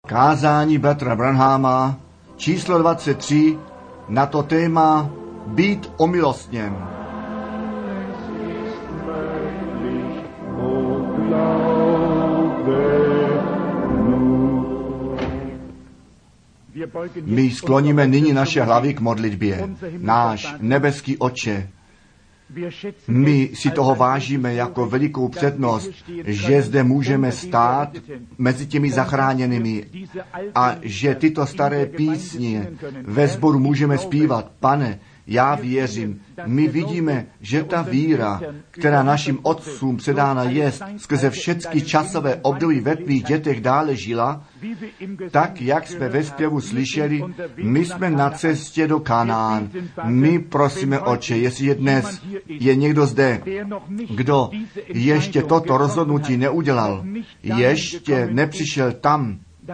Kázání bratra Branhama, číslo 23, na to téma být omilostněn. My skloníme nyní naše hlavy k modlitbě. Náš nebeský Otče, my si toho vážíme jako velikou přednost, že zde můžeme stát mezi těmi zachráněnými a že tyto staré písně ve sboru můžeme zpívat. Pane, já věřím, my vidíme, že ta víra, která našim otcům předána jest, skrze všechny časové období ve tvých dětech dále žila, tak, jak jsme ve zpěvu slyšeli, my jsme na cestě do Kanán. My prosíme, Otče, jestli je dnes je někdo zde, kdo ještě toto rozhodnutí neudělal, ještě nepřišel tam,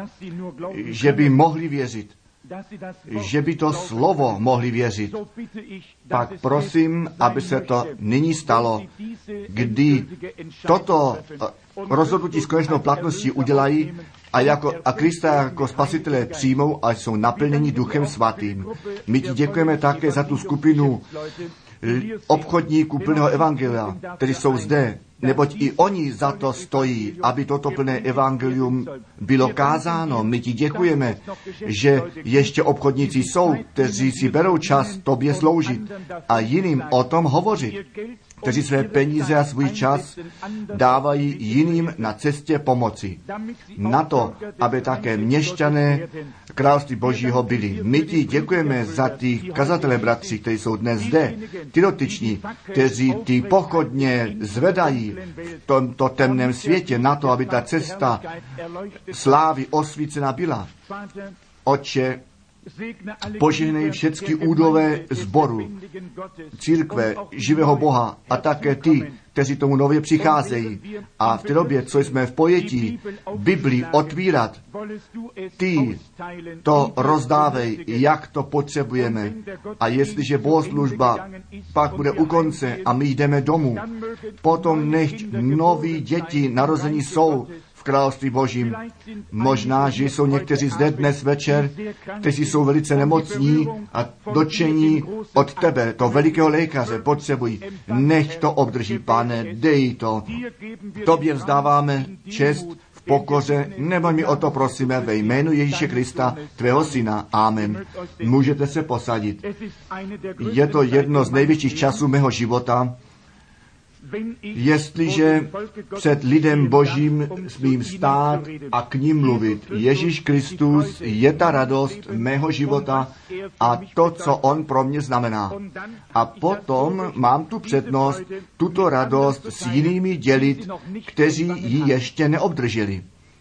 že by mohli věřit, že by to slovo mohli věřit, pak prosím, aby se to nyní stalo, kdy toto rozhodnutí s konečnou platností udělají a Krista jako spasitele přijmou a jsou naplněni Duchem Svatým. My ti děkujeme také za tu skupinu obchodníků plného evangelia, kteří jsou zde, neboť i oni za to stojí, aby toto plné evangelium bylo kázáno. My ti děkujeme, že ještě obchodníci jsou, kteří si berou čas tobě sloužit a jiným o tom hovořit, kteří své peníze a svůj čas dávají jiným na cestě pomoci. Na to, aby také měšťané království Božího byli. My ti děkujeme za ty kazatele, bratři, kteří jsou dnes zde, ty dotyční, kteří ty pochodně zvedají v tomto temném světě na to, aby ta cesta slávy osvícena byla. Otče, požehnej všechny údové sboru, církve, živého Boha a také ty, kteří tomu nově přicházejí. A v té době, co jsme v pojetí Biblii otvírat, ty to rozdávej, jak to potřebujeme. A jestliže bohoslužba pak bude u konce a my jdeme domů, potom nechť noví děti narození jsou v království Božím. Možná, že jsou někteří zde dnes večer, kteří jsou velice nemocní a dotčení od tebe, to velikého lékaře, potřebují. Nech to obdrží, Pane, dej to. Tobě vzdáváme čest v pokoře, nebo my o to prosíme ve jménu Ježíše Krista, tvého syna. Amen. Můžete se posadit. Je to jedno z největších časů mého života, jestliže před lidem Božím smím stát a k ním mluvit. Ježíš Kristus je ta radost mého života a to, co on pro mě znamená. A potom mám tu přednost tuto radost s jinými dělit, kteří ji ještě neobdrželi.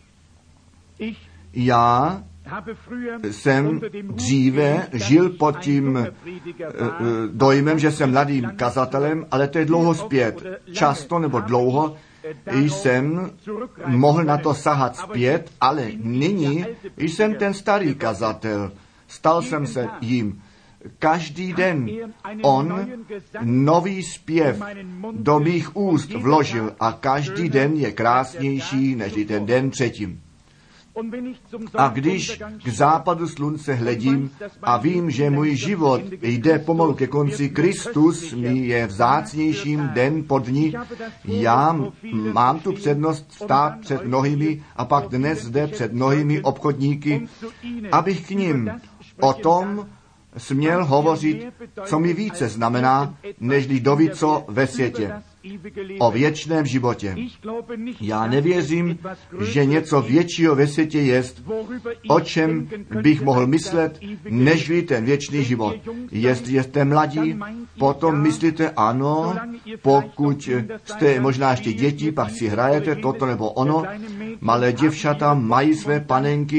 Já jsem dříve žil pod tím dojmem, že jsem mladým kazatelem, ale to je dlouho zpět. Často nebo dlouho jsem mohl na to sahat zpět, ale nyní jsem ten starý kazatel. Stal jsem se jím. Každý den on nový zpěv do mých úst vložil a každý den je krásnější než ten den předtím. A když k západu slunce hledím a vím, že můj život jde pomalu ke konci, Kristus mi je vzácnějším den po dni, já mám tu přednost stát před mnohými a pak dnes zde před mnohými obchodníky, abych k ním o tom směl hovořit, co mi více znamená, nežli dovíco ve světě. O věčném životě. Já nevěřím, že něco většího ve světě jest, o čem bych mohl myslet, nežli ten věčný život. Jestli jste mladí, potom myslíte ano, pokud jste možná ještě děti, pak si hrajete toto nebo ono. Malé děvčata mají své panenky,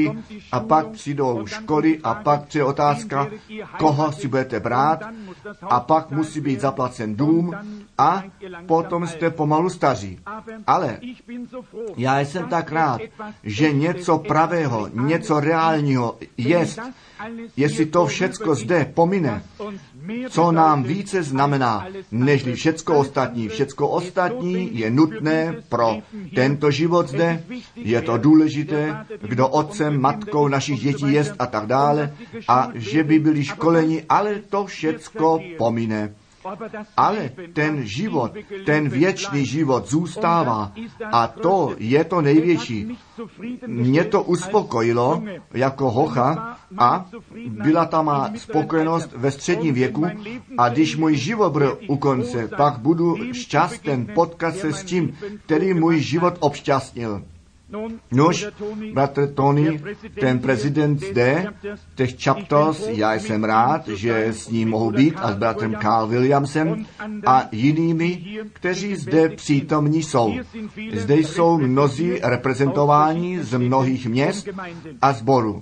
a pak přijdou školy a pak přijde otázka, koho si budete brát a pak musí být zaplacen dům a potom jste pomalu staří. Ale já jsem tak rád, že něco pravého, něco reálního jest, jestli to všecko zde pomine, co nám více znamená, nežli všecko ostatní. Všecko ostatní je nutné pro tento život zde, je to důležité, kdo otcem, matkou našich dětí jest a tak dále, a že by byli školeni, ale to všecko pomine. Ale ten život, ten věčný život zůstává a to je to největší. Mě to uspokojilo jako hocha a byla tam má spokojenost ve středním věku a když můj život bude u konce, pak budu šťasten potkat se s tím, který můj život obšťastnil. Nož, bratr Tony, ten prezident zde, těch chapters, já jsem rád, že s ním mohu být a s bratrem Carl Williamsem a jinými, kteří zde přítomní jsou. Zde jsou mnozí reprezentováni z mnohých měst a sborů.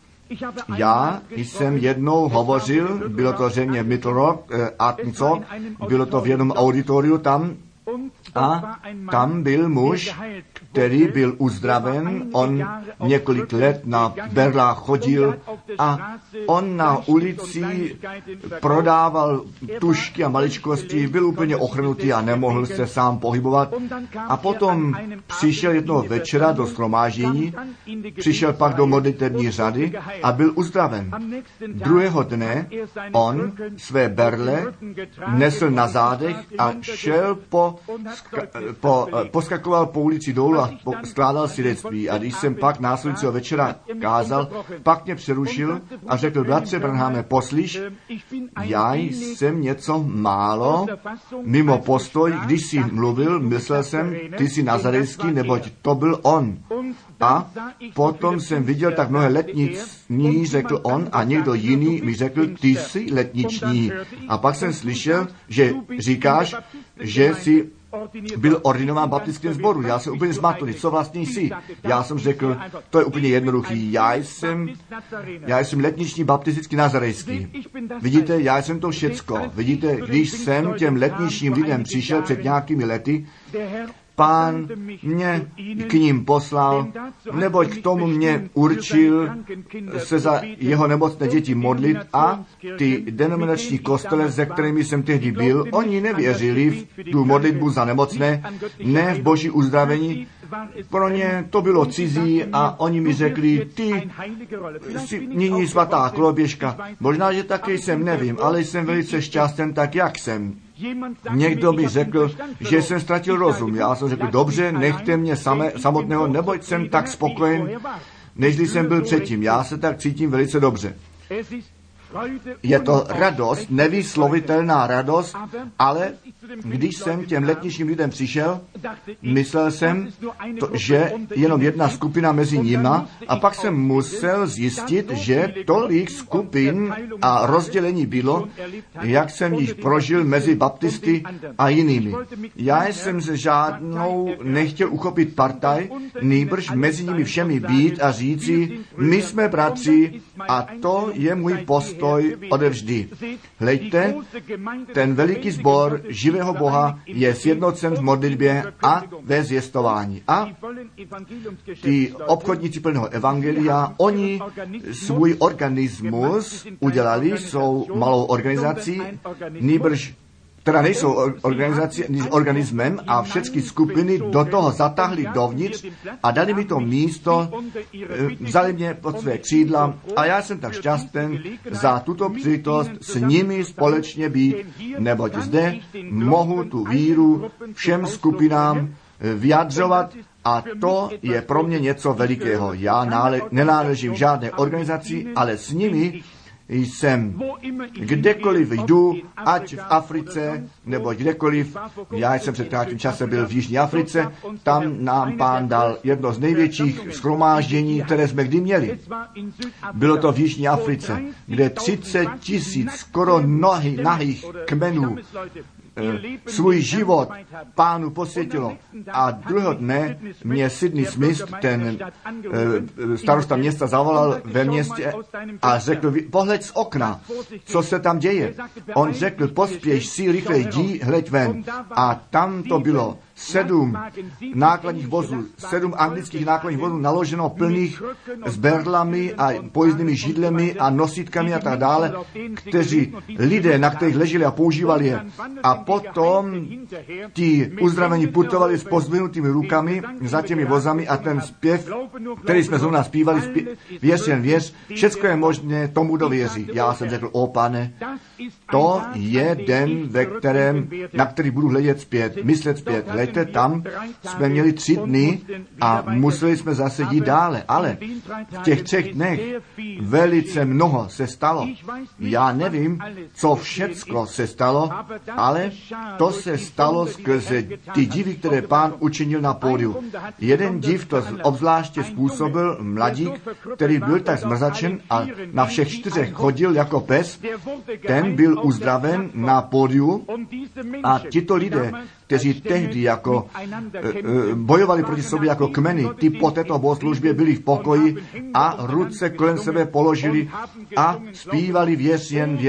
Já jsem jednou hovořil, bylo to zřejmě Middle Rock, Arkansas, bylo to v jednom auditoriu tam, a tam byl muž, který byl uzdraven, on několik let na berlách chodil a on na ulici prodával tušky a maličkosti, byl úplně ochrnutý a nemohl se sám pohybovat. A potom přišel jednoho večera do shromáždění, přišel pak do modlitební řady a byl uzdraven. Druhého dne on své berle nesl na zádech a šel poskakoval po ulici dolů a skládal svědectví. A když jsem pak následujícího večera kázal, pak mě přerušil a řekl, bratře Branhame, poslyš, já jsem něco málo mimo postoj, když jsi mluvil, myslel jsem, ty jsi nazarejský, neboť to byl on. A potom jsem viděl tak mnohé letniční, řekl on, a někdo jiný mi řekl, ty jsi letniční. A pak jsem slyšel, že říkáš, že jsi byl ordinován v baptickém sboru. Já jsem úplně zmatený, co vlastně jsi. Já jsem řekl, to je úplně jednoduchý. Já jsem letniční baptistický nazarejský. Vidíte, já jsem to všecko. Vidíte, když jsem těm letničním lidem přišel před nějakými lety, Pán mě k ním poslal, neboť k tomu mě určil se za jeho nemocné děti modlit a ty denominační kostele, se kterými jsem tehdy byl, oni nevěřili v tu modlitbu za nemocné, ne v boží uzdravení. Pro ně to bylo cizí a oni mi řekli, ty jsi nyní svatá koloběžka. Možná, že taky jsem, nevím, ale jsem velice šťastný tak, jak jsem. Někdo mi řekl, že jsem ztratil rozum. Já jsem řekl, dobře, nechte mě samotného, neboť jsem tak spokojen, nežli jsem byl předtím. Já se tak cítím velice dobře. Je to radost, nevyslovitelná radost, ale když jsem těm letničním lidem přišel, myslel jsem, že jenom jedna skupina mezi nima a pak jsem musel zjistit, že tolik skupin a rozdělení bylo, jak jsem již prožil mezi baptisty a jinými. Já jsem se žádnou nechtěl uchopit partaj, nýbrž mezi nimi všemi být a říci, my jsme bratři a to je můj postoj odevždy. Hleďte, ten veliký sbor živého Boha je sjednocen v modlitbě a ve zvěstování. A ty obchodníci plného evangelia, oni svůj organismus udělali, jsou malou organizací, nýbrž teda nejsou organismem a všechny skupiny do toho zatáhli dovnitř a dali mi to místo, vzali mě pod své křídla a já jsem tak šťastný za tuto příležitost s nimi společně být, neboť zde mohu tu víru všem skupinám vyjadřovat a to je pro mě něco velikého. Já nenáležím žádné organizaci, ale s nimi jsem, kdekoliv jdu, ať v Africe, nebo kdekoliv, já jsem před krátkým časem byl v Jižní Africe, tam nám Pán dal jedno z největších shromáždění, které jsme kdy měli. Bylo to v Jižní Africe, kde 30 000 skoro nahých kmenů svůj život Pánu posvětilo. A druhého dne mě Sidney Smith, ten starosta města, zavolal ve městě a řekl, pohled z okna, co se tam děje. On řekl, pospěš si, rychle jdi, hleď ven. A tam to bylo 7 nákladních vozů, 7 anglických nákladních vozů naloženo plných s berlami a pojízdnými židlemi a nosítkami a tak dále, kteří lidé, na kterých leželi a používali je. A potom ti uzdravení putovali s pozdvihnutými rukami za těmi vozami a ten zpěv, který jsme zrovna zpívali, věř jen věř, všecko je možné tomu, kdo věří. Já jsem řekl, o Pane, to je den, na který budu hledět zpět, myslet zpět. Hleďte, tam jsme měli 3 dny a museli jsme zase jít dále. Ale v těch 3 dnech velice mnoho se stalo. Já nevím, co všecko se stalo, ale to se stalo skrze ty divy, které Pán učinil na pódiu. Jeden div to obzvláště způsobil mladík, který byl tak zmrzačen a na všech 4 chodil jako pes. Ten byl uzdraven na pódiu a tito lidé, kteří tehdy jako bojovali proti sobě jako kmeny, ty po této bohoslužbě byli v pokoji a ruce kolem sebe položili a zpívali věř jen.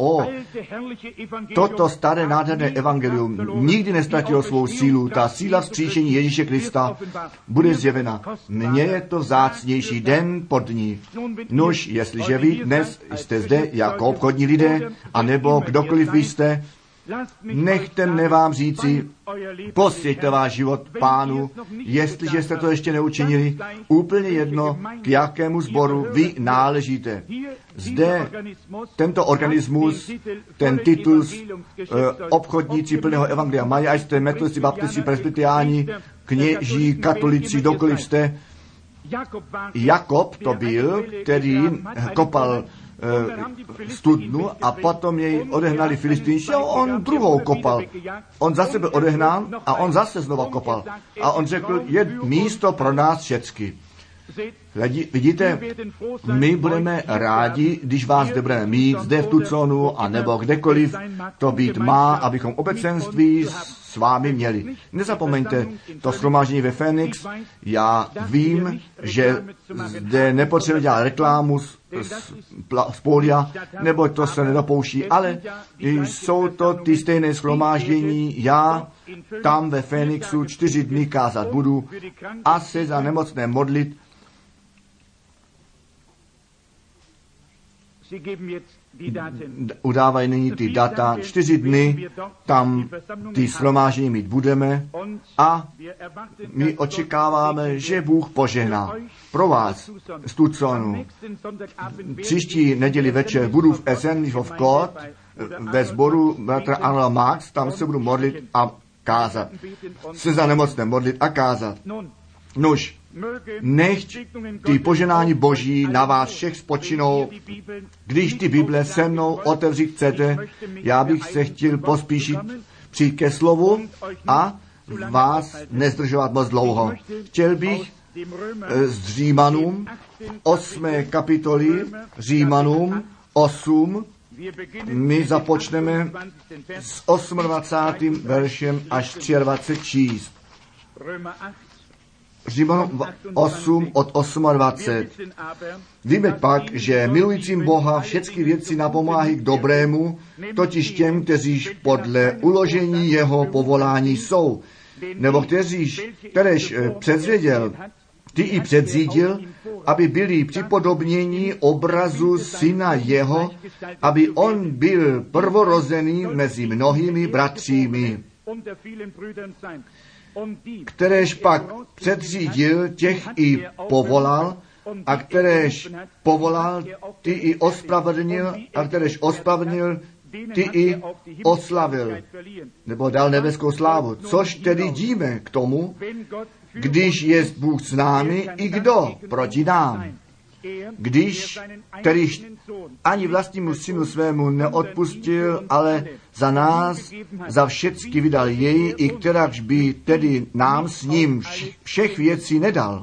Toto staré nádherné evangelium nikdy nestratilo svou sílu. Ta síla vzkříšení Ježíše Krista bude zjevena. Mně je to vzácnější den po dní. Nož, jestliže vy dnes jste zde jako obchodní lidé, anebo kdokoliv vy jste, nechte mne vám říci, posvěďte váš život Pánu, jestliže jste to ještě neučinili, úplně jedno, k jakému sboru vy náležíte. Zde tento organismus, ten titul obchodníci plného evangelia mají, ať jste metodisti, baptisti, presbyteriáni, kněží, katolici, kdokoliv jste. Jakob to byl, který kopal studnu a potom jej odehnali Filistínci a on druhou kopal. On zase byl odehnán a on zase znova kopal. A on řekl, je místo pro nás všecky. Vidíte, my budeme rádi, když vás zde budeme mít, zde v Tucsonu a nebo kdekoliv to být má, abychom obecenství s vámi měli. Nezapomeňte to shromáždění ve Phoenix. Já vím, že zde nepotřebuje dělat reklámu z pódia, nebo to se nedopouští, ale jsou to ty stejné shromáždění. Já tam ve Phoenixu 4 dny kázat budu a se za nemocné modlit. Udávají nyní ty data, 4 dny, tam ty shromáždění mít budeme a my očekáváme, že Bůh požehná pro vás z Tucsonu. Příští neděli večer budu v Assembly of God ve sboru bratra Arnold Marx, tam se budu modlit a kázat. Se za nemocné modlit a kázat. Nož, nechť ty poženání Boží na vás všech spočinou. Když ty Bible se mnou otevřít chcete, já bych se chtěl pospíšit přijít ke slovu a vás nezdržovat moc dlouho. Chtěl bych z Římanům 8. kapitoly, Římanům 8, my započneme s 28. veršem až 23 číst. Římanům 8 od 28. Víme pak, že milujícím Boha všechny věci napomáhají k dobrému, totiž těm, kteříž podle uložení jeho povolání jsou, nebo kteréž předzvěděl, ty i předzídil, aby byli připodobněni obrazu syna jeho, aby on byl prvorozený mezi mnohými bratřími. Kteréž pak předřídil, těch i povolal, a kteréž povolal, ty i ospravedlnil, a kteréž ospravedlnil, ty i oslavil, nebo dal nebeskou slávu. Což tedy díme k tomu, když je Bůh s námi, i kdo proti nám. Kterýž ani vlastnímu synu svému neodpustil, ale za nás, za všecky vydal jej, i kteráž by tedy nám s ním všech věcí nedal.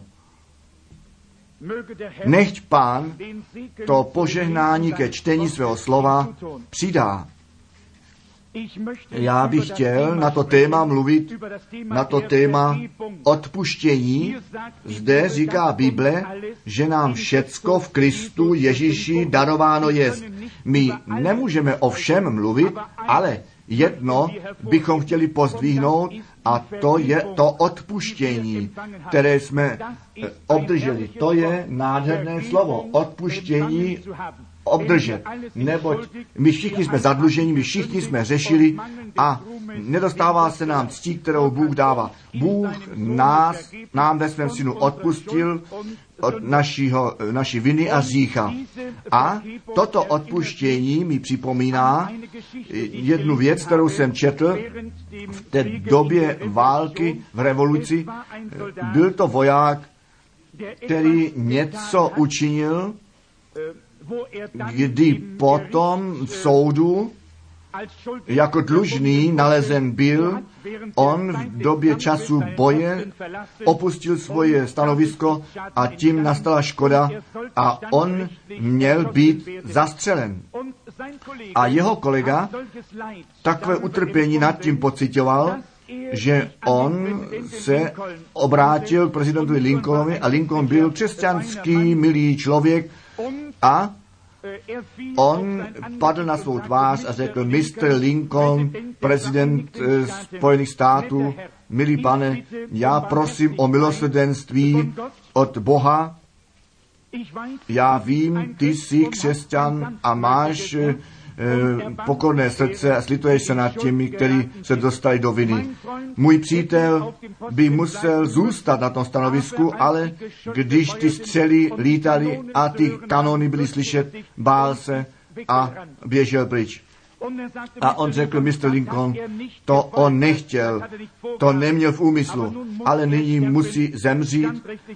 Nechť Pán to požehnání ke čtení svého slova přidá. Já bych chtěl na to téma mluvit, na to téma odpuštění. Zde říká Bible, že nám všecko v Kristu Ježíši darováno je. My nemůžeme o všem mluvit, ale jedno bychom chtěli pozdvihnout, a to je to odpuštění, které jsme obdrželi. To je nádherné slovo. Odpuštění obdržet. Neboť my všichni jsme zadluženi, my všichni jsme řešili a nedostává se nám ctí, kterou Bůh dává. Bůh nám ve svém synu odpustil od naší viny a hřícha. A toto odpuštění mi připomíná jednu věc, kterou jsem četl v té době války v revoluci. Byl to voják, který něco učinil, kdy potom v soudu jako dlužný nalezen byl. On v době času boje opustil svoje stanovisko a tím nastala škoda a on měl být zastřelen. A jeho kolega takové utrpění nad tím pocitoval, že on se obrátil k prezidentovi Lincolnovi a Lincoln byl křesťanský, milý člověk a on padl na svou tvář a řekl: Mr. Lincoln, prezident Spojených států, milý pane, já prosím o milosrdenství od Boha. Já vím, ty jsi křesťan a máš pokorné srdce a slituješ se nad těmi, kteří se dostali do viny. Můj přítel by musel zůstat na tom stanovisku, ale když ty střely lítaly a ty kanony byly slyšet, bál se a běžel pryč. A on řekl: Mr. Lincoln, to on nechtěl, to neměl v úmyslu, ale nyní musí zemřít,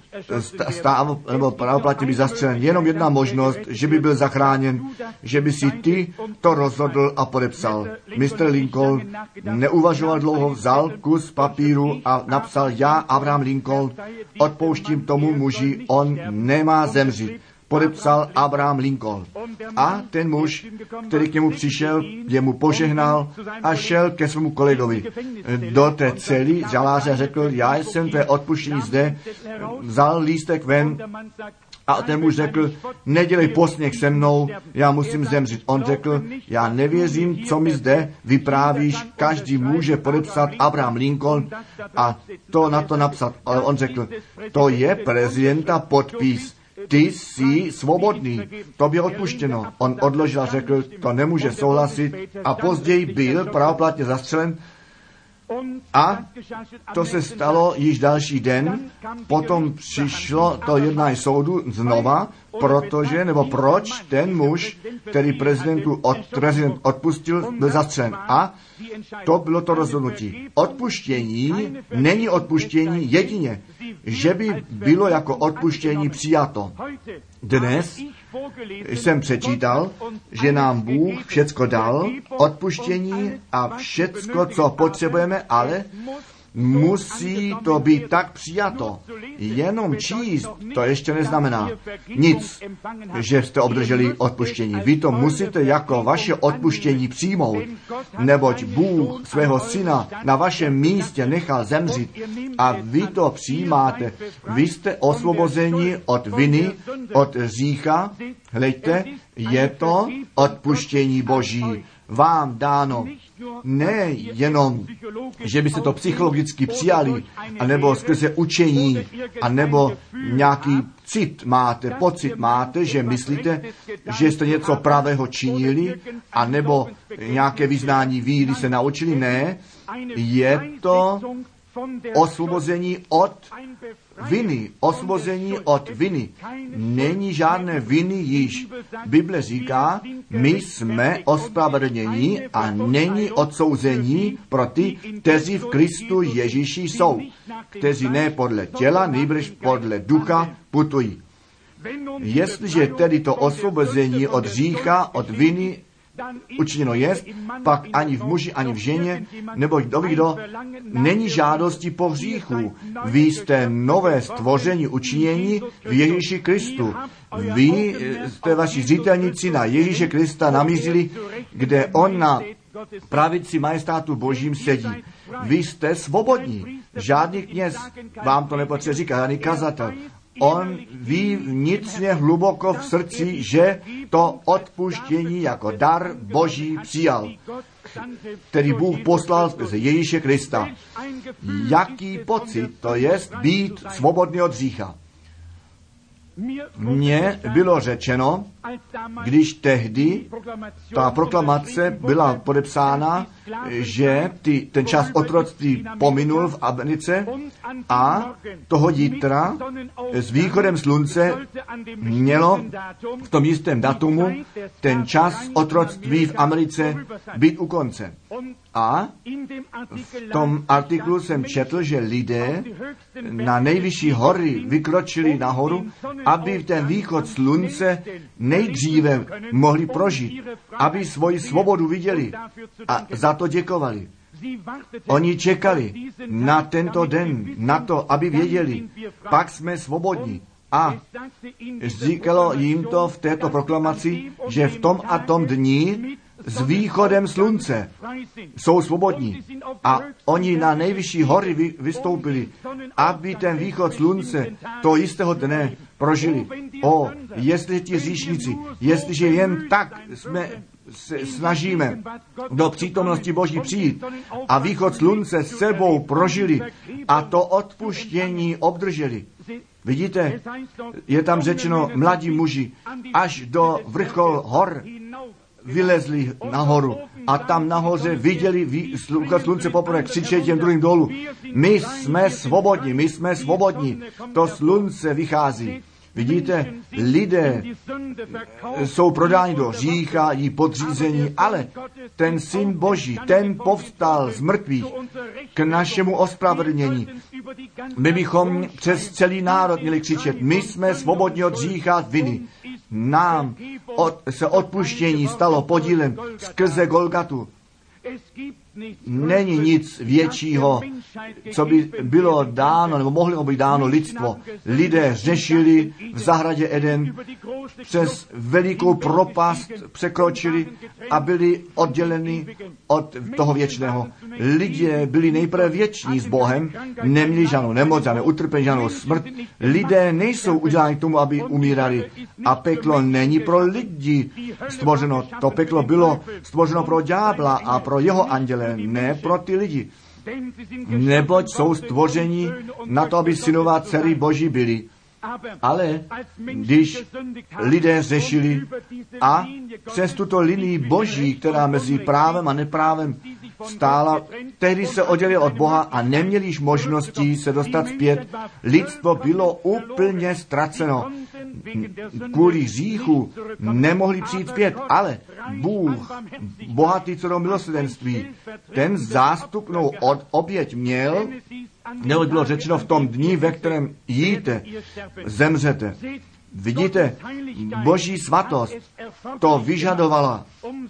nebo pravoplatně být zastřelen. Jenom jedna možnost, že by byl zachráněn, že by si ty to rozhodl a podepsal. Mr. Lincoln neuvažoval dlouho, vzal kus papíru a napsal: já, Abraham Lincoln, odpouštím tomu muži, on nemá zemřít. Podepsal Abraham Lincoln. A ten muž, který k němu přišel, jemu požehnal a šel ke svému kolegovi do té cely žaláře a řekl: já jsem tvé odpuštění zde, vzal lístek ven a ten muž řekl: nedělej posměch se mnou, já musím zemřít. On řekl: já nevěřím, co mi zde vyprávíš, každý může podepsat Abraham Lincoln a to na to napsat. Ale on řekl: to je prezidenta podpis. Ty jsi svobodný, tobě odpuštěno. On odložil a řekl: to nemůže souhlasit a později byl pravoplatně zastřelen. A to se stalo již další den, potom přišlo to jednání soudu znova, proč ten muž, který prezident odpustil, byl zastřelen. A to bylo to rozhodnutí. Odpuštění není odpuštění jedině, že by bylo jako odpuštění přijato. Dnes jsem přečítal, že nám Bůh všecko dal, odpuštění a všecko, co potřebujeme, ale musí to být tak přijato. Jenom číst, to ještě neznamená nic, že jste obdrželi odpuštění. Vy to musíte jako vaše odpuštění přijmout, neboť Bůh svého syna na vašem místě nechal zemřít a vy to přijímáte. Vy jste osvobozeni od viny, od hřícha. Hleďte, je to odpuštění Boží vám dáno. Ne jenom, že byste to psychologicky přijali, anebo skrze učení, anebo nějaký cit máte, pocit máte, že myslíte, že jste něco pravého činili, anebo nějaké vyznání víry se naučili. Ne, je to osvobození od viny. Osvobození od viny. Není žádné viny již. Bible říká, my jsme ospravedlnění a není odsouzení pro ty, kteří v Kristu Ježíši jsou, kteří ne podle těla, nýbrž podle ducha putují. Jestliže tedy to osvobození od hřícha, od viny učiněno jest, pak ani v muži, ani v ženě, nebo kdo není žádosti po hříchu. Vy jste nové stvoření učinění v Ježíši Kristu. Vy jste vaši zřitelníci na Ježíše Krista namířili, kde on na pravici majestátu Božím sedí. Vy jste svobodní. Žádný kněz vám to nepotřebuje říkat, žádný kazatel. On ví vnitřně hluboko v srdci, že to odpuštění jako dar Boží přijal, který Bůh poslal skrze Ježíše Krista. Jaký pocit to jest být svobodný od hřícha? Mně bylo řečeno, když tehdy ta proklamace byla podepsána, že ten čas otroctví pominul v Americe a toho jítra s východem slunce mělo v tom jistém datumu ten čas otroctví v Americe být u konce. A v tom artiklu jsem četl, že lidé na nejvyšší hory vykročili nahoru, aby ten východ slunce nejdříve mohli prožít, aby svoji svobodu viděli a za to děkovali. Oni čekali na tento den, na to, aby věděli, pak jsme svobodní. A říkalo jim to v této proklamaci, že v tom a tom dni s východem slunce jsou svobodní. A oni na nejvyšší hory vystoupili, aby ten východ slunce to jistého dne prožili. Jestli ti hříšníci, jestliže jen tak jsme se snažíme do přítomnosti Boží přijít a východ slunce s sebou prožili a to odpuštění obdrželi. Vidíte, je tam řečeno, mladí muži až do vrchol hor vylezli nahoru a tam nahoře viděli slunce poprvé křičet těm druhým dolů. My jsme svobodní, to slunce vychází. Vidíte, lidé jsou prodáni do hřícha, jí podřízení, ale ten Syn Boží, ten povstal z mrtvých k našemu ospravedlnění. My bychom přes celý národ měli křičet, my jsme svobodní od hřícha viny. Nám se odpuštění stalo podílem skrze Golgatu. Není nic většího, co by bylo dáno, nebo mohlo být dáno lidstvo. Lidé řešili v zahradě Eden, přes velikou propast překročili a byli odděleni od toho věčného. Lidé byli nejprve věční s Bohem, neměli žádnou nemoc, žádné utrpení, žádnou smrt. Lidé nejsou uděláni k tomu, aby umírali. A peklo není pro lidi stvořeno. To peklo bylo stvořeno pro ďábla a pro jeho anděle, ne pro ty lidi. Neboť jsou stvoření na to, aby synová dcery Boží byli. Ale když lidé řešili a přes tuto linii Boží, která mezi právem a neprávem stála, tehdy se oddělili od Boha a neměli již možností se dostat zpět. Lidstvo bylo úplně ztraceno. Kvůli hříchu nemohli přijít zpět, ale Bůh, bohatý co do milosrdenství, ten zástupnou oběť měl, nebo bylo řečeno v tom dni, ve kterém jíte, zemřete. Vidíte, Boží svatost to vyžadovala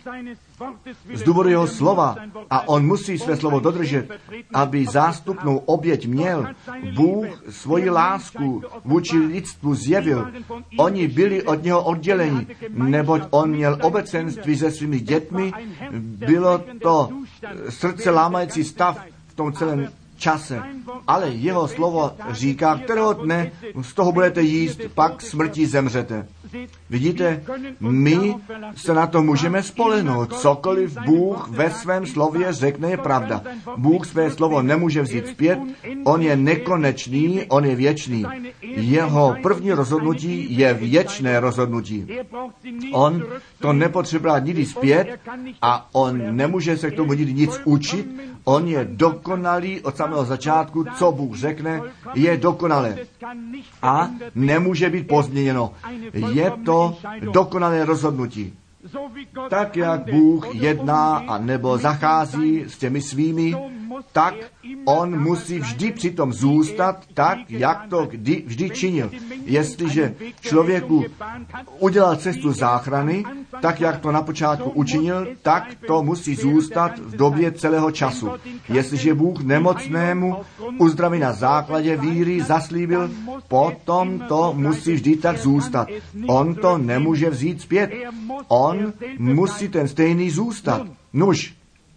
z důvodu jeho slova a on musí své slovo dodržet, aby zástupnou oběť měl. Bůh svoji lásku vůči lidstvu zjevil. Oni byli od něho odděleni, neboť on měl obecenství se svými dětmi. Bylo to srdce lámající stav v tom celém čase. Ale jeho slovo říká, kterého dne z toho budete jíst, pak smrtí zemřete. Vidíte, my se na to můžeme spolehnout. Cokoliv Bůh ve svém slově řekne, je pravda. Bůh své slovo nemůže vzít zpět, on je nekonečný, on je věčný. Jeho první rozhodnutí je věčné rozhodnutí. On to nepotřebuje nikdy zpět a on nemůže se k tomu nikdy nic učit. On je dokonalý od samého začátku, co Bůh řekne, je dokonalé a nemůže být pozměněno. Je to dokonalé rozhodnutí. Tak, jak Bůh jedná a nebo zachází s těmi svými, tak on musí vždy přitom zůstat tak, jak to vždy činil. Jestliže člověku udělal cestu záchrany, tak, jak to na počátku učinil, tak to musí zůstat v době celého času. Jestliže Bůh nemocnému uzdraví na základě víry zaslíbil, potom to musí vždy tak zůstat. On to nemůže vzít zpět. On musí ten stejný zůstat. Nuž,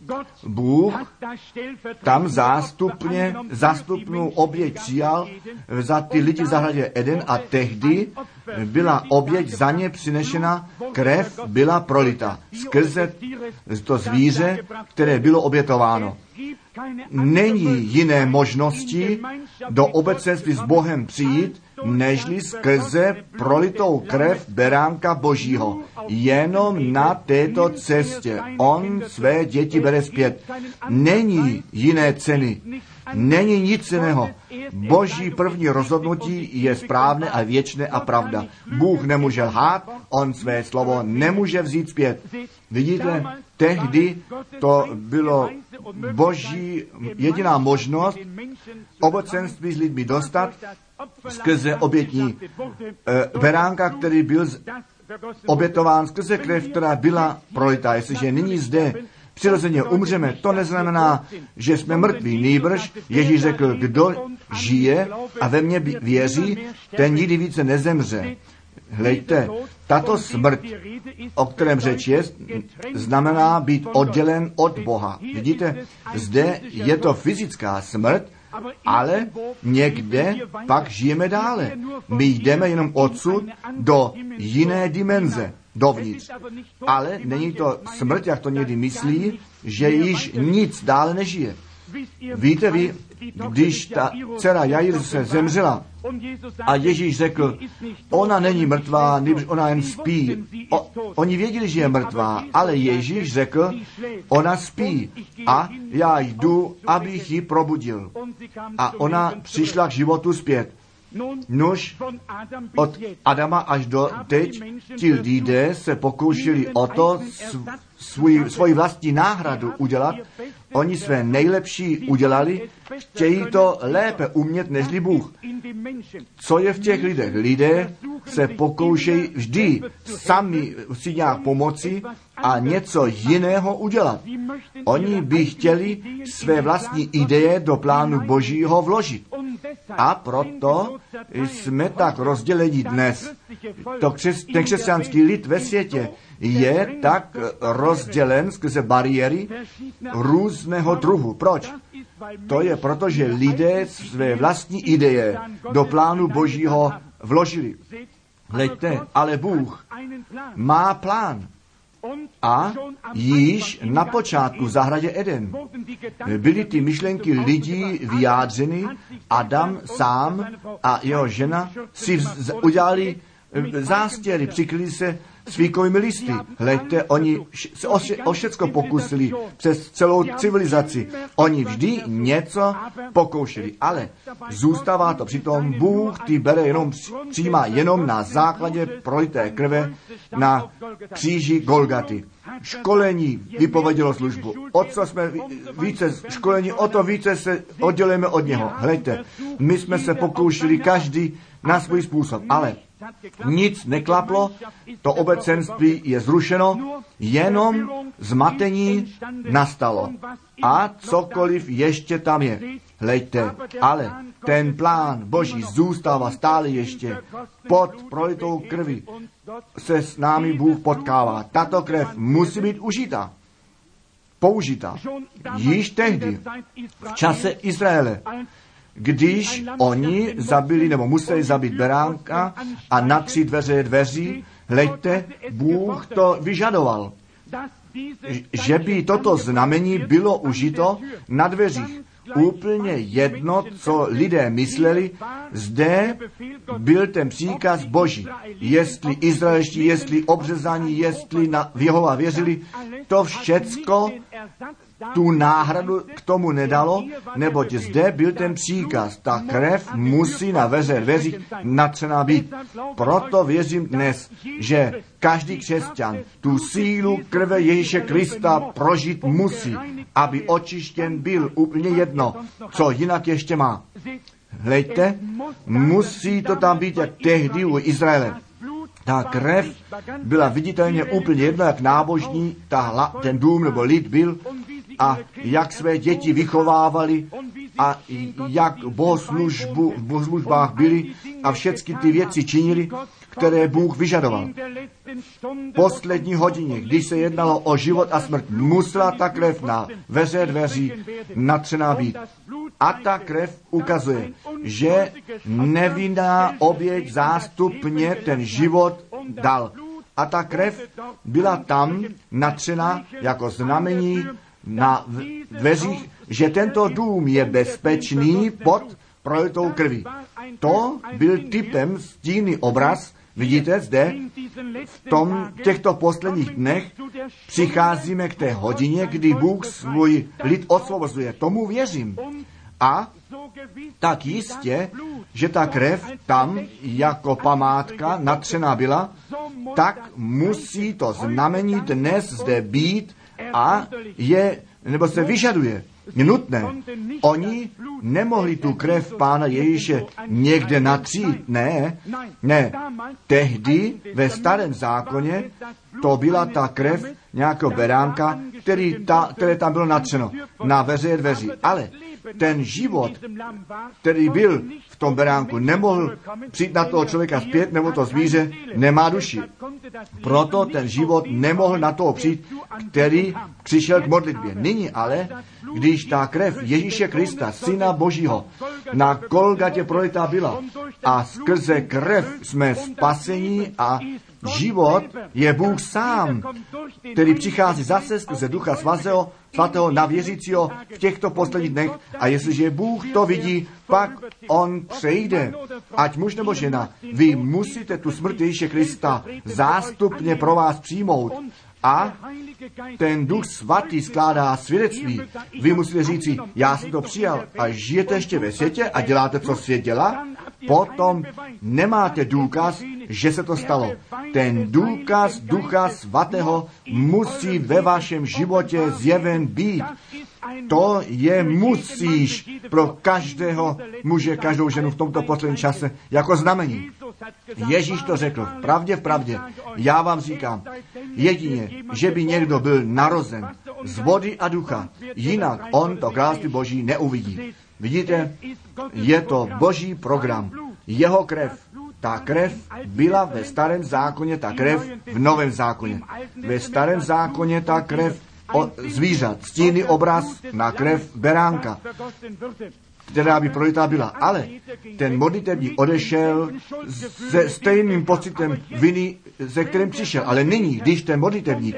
Bůh tam zástupnou oběť přijal za ty lidi v zahradě Eden a tehdy byla oběť za ně přinešena, krev byla prolita skrze to zvíře, které bylo obětováno. Není jiné možnosti do obecenství s Bohem přijít, nežli skrze prolitou krev beránka Božího. Jenom na této cestě on své děti bere zpět. Není jiné ceny, není nic jiného. Boží první rozhodnutí je správné a věčné a pravda. Bůh nemůže lhát, on své slovo nemůže vzít zpět. Vidíte, tehdy to bylo Boží jediná možnost obecenství s lidmi dostat skrze obětní beránka, který byl obětován skrze krev, která byla prolitá. Jestliže nyní zde přirozeně umřeme, to neznamená, že jsme mrtví. Nýbrž Ježíš řekl, kdo žije a ve mně věří, ten nikdy více nezemře. Hleďte, tato smrt, o kterém řeč je, znamená být oddělen od Boha. Vidíte, zde je to fyzická smrt, ale někde pak žijeme dále. My jdeme jenom odsud do jiné dimenze, dovnitř. Ale není to smrt, jak to někdy myslí, že již nic dále nežije. Víte vy, když ta dcera Jairuse zemřela a Ježíš řekl, ona není mrtvá, nýbrž ona jen spí. Oni věděli, že je mrtvá, ale Ježíš řekl, ona spí a já jdu, abych ji probudil. A ona přišla k životu zpět. Nuž, od Adama až do teď ti lidé se pokoušeli o to svoji vlastní náhradu udělat. Oni své nejlepší udělali, chtějí to lépe umět nežli Bůh. Co je v těch lidech? Lidé se pokoušejí vždy sami si nějak pomoci a něco jiného udělat. Oni by chtěli své vlastní ideje do plánu Božího vložit. A proto jsme tak rozděleni dnes. Ten křesťanský lid ve světě je tak rozdělen skrze bariéry různého druhu. Proč? To je proto, že lidé své vlastní ideje do plánu Božího vložili. Hleďte, ale Bůh má plán. A již na počátku v zahradě Eden byly ty myšlenky lidí vyjádřeny. Adam sám a jeho žena si udělali zástěry, přikryli se svíkovými listy. Hleďte, oni se o všecko pokusili přes celou civilizaci. Oni vždy něco pokoušeli, ale zůstává to přitom. Bůh ty bere jenom, přijímá jenom na základě prolité krve na kříži Golgaty. Školení vypovědělo službu. O co jsme více školení, o to více se oddělujeme od něho. Hleďte, my jsme se pokoušeli každý na svůj způsob, ale nic neklaplo, to obecenství je zrušeno, jenom zmatení nastalo. A cokoliv ještě tam je. Hleďte, ale ten plán Boží zůstává stále ještě. Pod prolitou krví se s námi Bůh potkává. Tato krev musí být užita, použita. Již tehdy, v čase Izraele, když oni zabili nebo museli zabít beránka a na 3 dveří, hleďte, Bůh to vyžadoval, že by toto znamení bylo užito na dveřích. Úplně jedno, co lidé mysleli, zde byl ten příkaz Boží. Jestli izraelští, jestli obřezaní, jestli v Jehova věřili, to všecko tu náhradu k tomu nedalo, neboť zde byl ten příkaz. Ta krev musí na dveřích natřená být. Proto věřím dnes, že každý křesťan tu sílu krve Ježíše Krista prožít musí, aby očištěn byl. Úplně jedno, co jinak ještě má. Hleďte, musí to tam být jak tehdy u Izraele. Ta krev byla viditelně úplně jedno, jak nábožní ten dům nebo lid byl a jak své děti vychovávali a jak v bohoslužbách byli a všechny ty věci činili, které Bůh vyžadoval. poslední hodině, když se jednalo o život a smrt, musela ta krev na veře dveří natřená být. A ta krev ukazuje, že nevinná oběť zástupně ten život dal. A ta krev byla tam natřena jako znamení na dveřích, že tento dům je bezpečný pod prolitou krví. To byl typem stíny obraz. Vidíte zde, v těchto posledních dnech přicházíme k té hodině, kdy Bůh svůj lid osvobozuje. Tomu věřím. A tak jistě, že ta krev tam jako památka natřená byla, tak musí to znamení dnes zde být a nebo se vyžaduje. Je nutné. Oni nemohli tu krev Pána Ježíše někde natřít. Ne. Tehdy ve starém zákoně to byla ta krev nějakého beránka, které tam bylo natřeno na veřejné dveří. Ale ten život, který byl v tom beránku, nemohl přijít na toho člověka zpět, nebo to zvíře nemá duši. Proto ten život nemohl na toho přijít, který přišel k modlitbě. Nyní ale, když ta krev Ježíše Krista, Syna Božího, na Golgatě prolitá byla a skrze krev jsme spasení a život je Bůh sám, který přichází zase skrze Ducha Svatého na věřícího v těchto posledních dnech. A jestliže Bůh to vidí, pak on přejde. Ať muž nebo žena, vy musíte tu smrt Ježíše Krista zástupně pro vás přijmout. A ten Duch Svatý skládá svědectví. Vy musíte říci, já jsem to přijal a žijete ještě ve světě a děláte, co svět dělá, potom nemáte důkaz, že se to stalo. Ten důkaz Ducha Svatého musí ve vašem životě zjeven být. To je musíš pro každého muže, každou ženu v tomto posledním čase jako znamení. Ježíš to řekl v pravdě. Já vám říkám, jedině, že by někdo byl narozen z vody a ducha, jinak on to království Boží neuvidí. Vidíte, je to Boží program. Jeho krev. Ta krev byla ve starém zákoně, ta krev v novém zákoně. Ve starém zákoně ta krev zvířat, stíny obraz na krev beránka, která by prolitá byla. Ale ten modlitebník odešel se stejným pocitem viny, se kterým přišel. Ale nyní, když ten modlitebník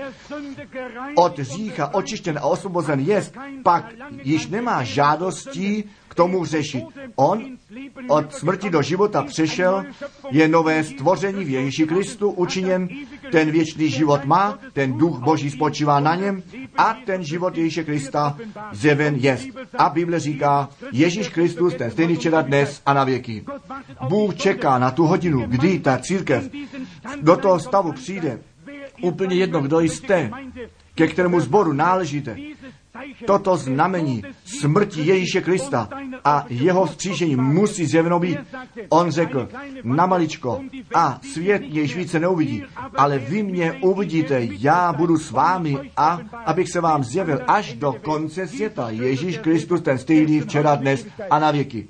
od hřícha očištěn a osvobozen jest, pak již nemá žádostí k tomu řešit. On od smrti do života přešel, je nové stvoření v Ježíši Kristu učiněn, ten věčný život má, ten duch Boží spočívá na něm a ten život Ježíše Krista zjeven jest. A Bible říká, Ježíš Kristus, ten stejný včera, dnes a na věky. Bůh čeká na tu hodinu, kdy ta církev do toho stavu přijde. Úplně jedno, kdo jste, ke kterému sboru náležíte. Toto znamení smrti Ježíše Krista a jeho vzkříšení musí zjeveno být. On řekl, na maličko, a svět mě již více neuvidí, ale vy mě uvidíte, já budu s vámi a abych se vám zjevil až do konce světa. Ježíš Kristus, ten stejný včera, dnes a na věky.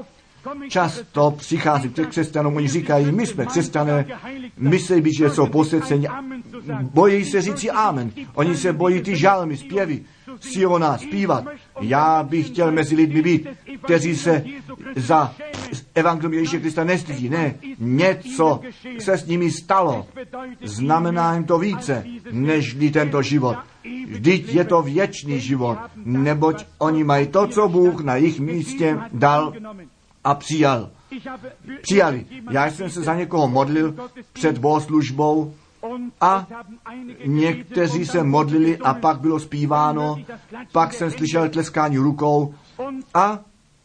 Často přichází k křesťanům, oni říkají, my jsme křesťané, myslí být, že jsou posvěceni, bojí se říci amen. Oni se bojí ty žalmy, zpěvy, Siona zpívat. Já bych chtěl mezi lidmi být, kteří se za evangelium Ježíše Krista nestydí. Ne, něco se s nimi stalo. Znamená jim to více, nežli tento život. Vždyť je to věčný život, neboť oni mají to, co Bůh na jejich místě dal a přijali. Já jsem se za někoho modlil před bohoslužbou a někteří se modlili a pak bylo zpíváno, pak jsem slyšel tleskání rukou a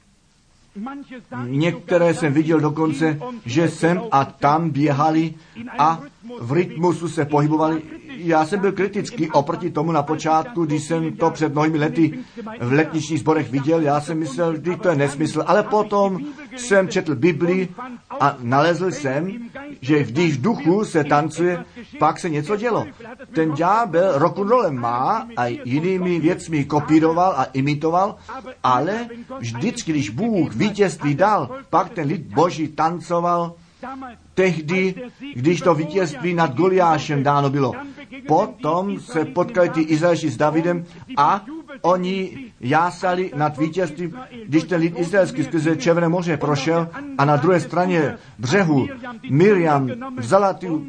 některé jsem viděl dokonce, že sem a tam běhali a v rytmusu se pohybovali. Já jsem byl kritický oproti tomu na počátku, když jsem to před mnohými lety v letničních sborech viděl. Já jsem myslel, že to je nesmysl, ale potom jsem četl Bibli a nalezl jsem, že když v duchu se tancuje, pak se něco dělo. Ten ďábel rock'n'rollem má a jinými věcmi kopíroval a imitoval, ale vždycky, když Bůh vítězství dal, pak ten lid Boží tancoval tehdy, když to vítězství nad Goliášem dáno bylo. Potom se potkali ty Izraelští s Davidem a oni jásali nad vítězstvím, když ten lid izraelský skrze Červené moře prošel a na druhé straně břehu Miriam vzala tu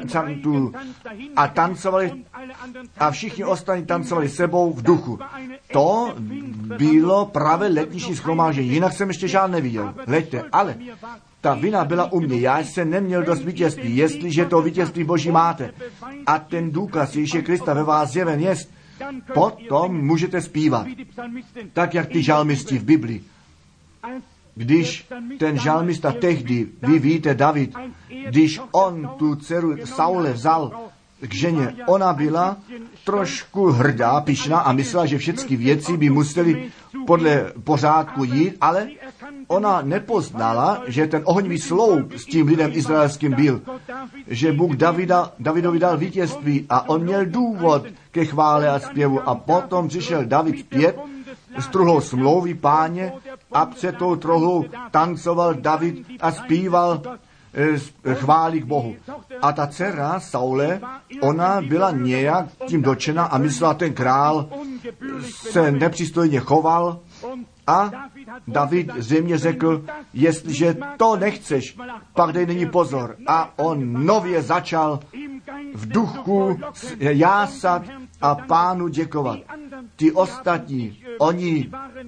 a tancovali a všichni ostatní tancovali sebou v duchu. To bylo právě letniční shromáždění, jinak jsem ještě žádné neviděl. Leďte, ale ta vina byla u mě, já jsem neměl dost vítězství, jestliže to vítězství Boží máte a ten důkaz Ježíše Krista ve vás zjeven jest, potom můžete zpívat, tak jak ty žalmisti v Biblii. Když ten žalmista tehdy, vy víte, David, když on tu dceru Saule vzal k ženě, ona byla trošku hrdá, pyšná a myslela, že všechny věci by museli podle pořádku jít, ale ona nepoznala, že ten ohnivý sloup s tím lidem izraelským byl, že Bůh Davidovi dal vítězství a on měl důvod ke chvále a zpěvu a potom přišel David zpět s truhlou smlouvy Páně a před tou truhlou tancoval David a zpíval chválí k Bohu. A ta dcera Saule, ona byla nějak tím dotčena a myslela, ten král se nepřístojně choval a David zřejmě řekl, jestliže to nechceš, pak dej nyní pozor. A on nově začal v duchu jásat a Pánu děkovat. Ty ostatní, oni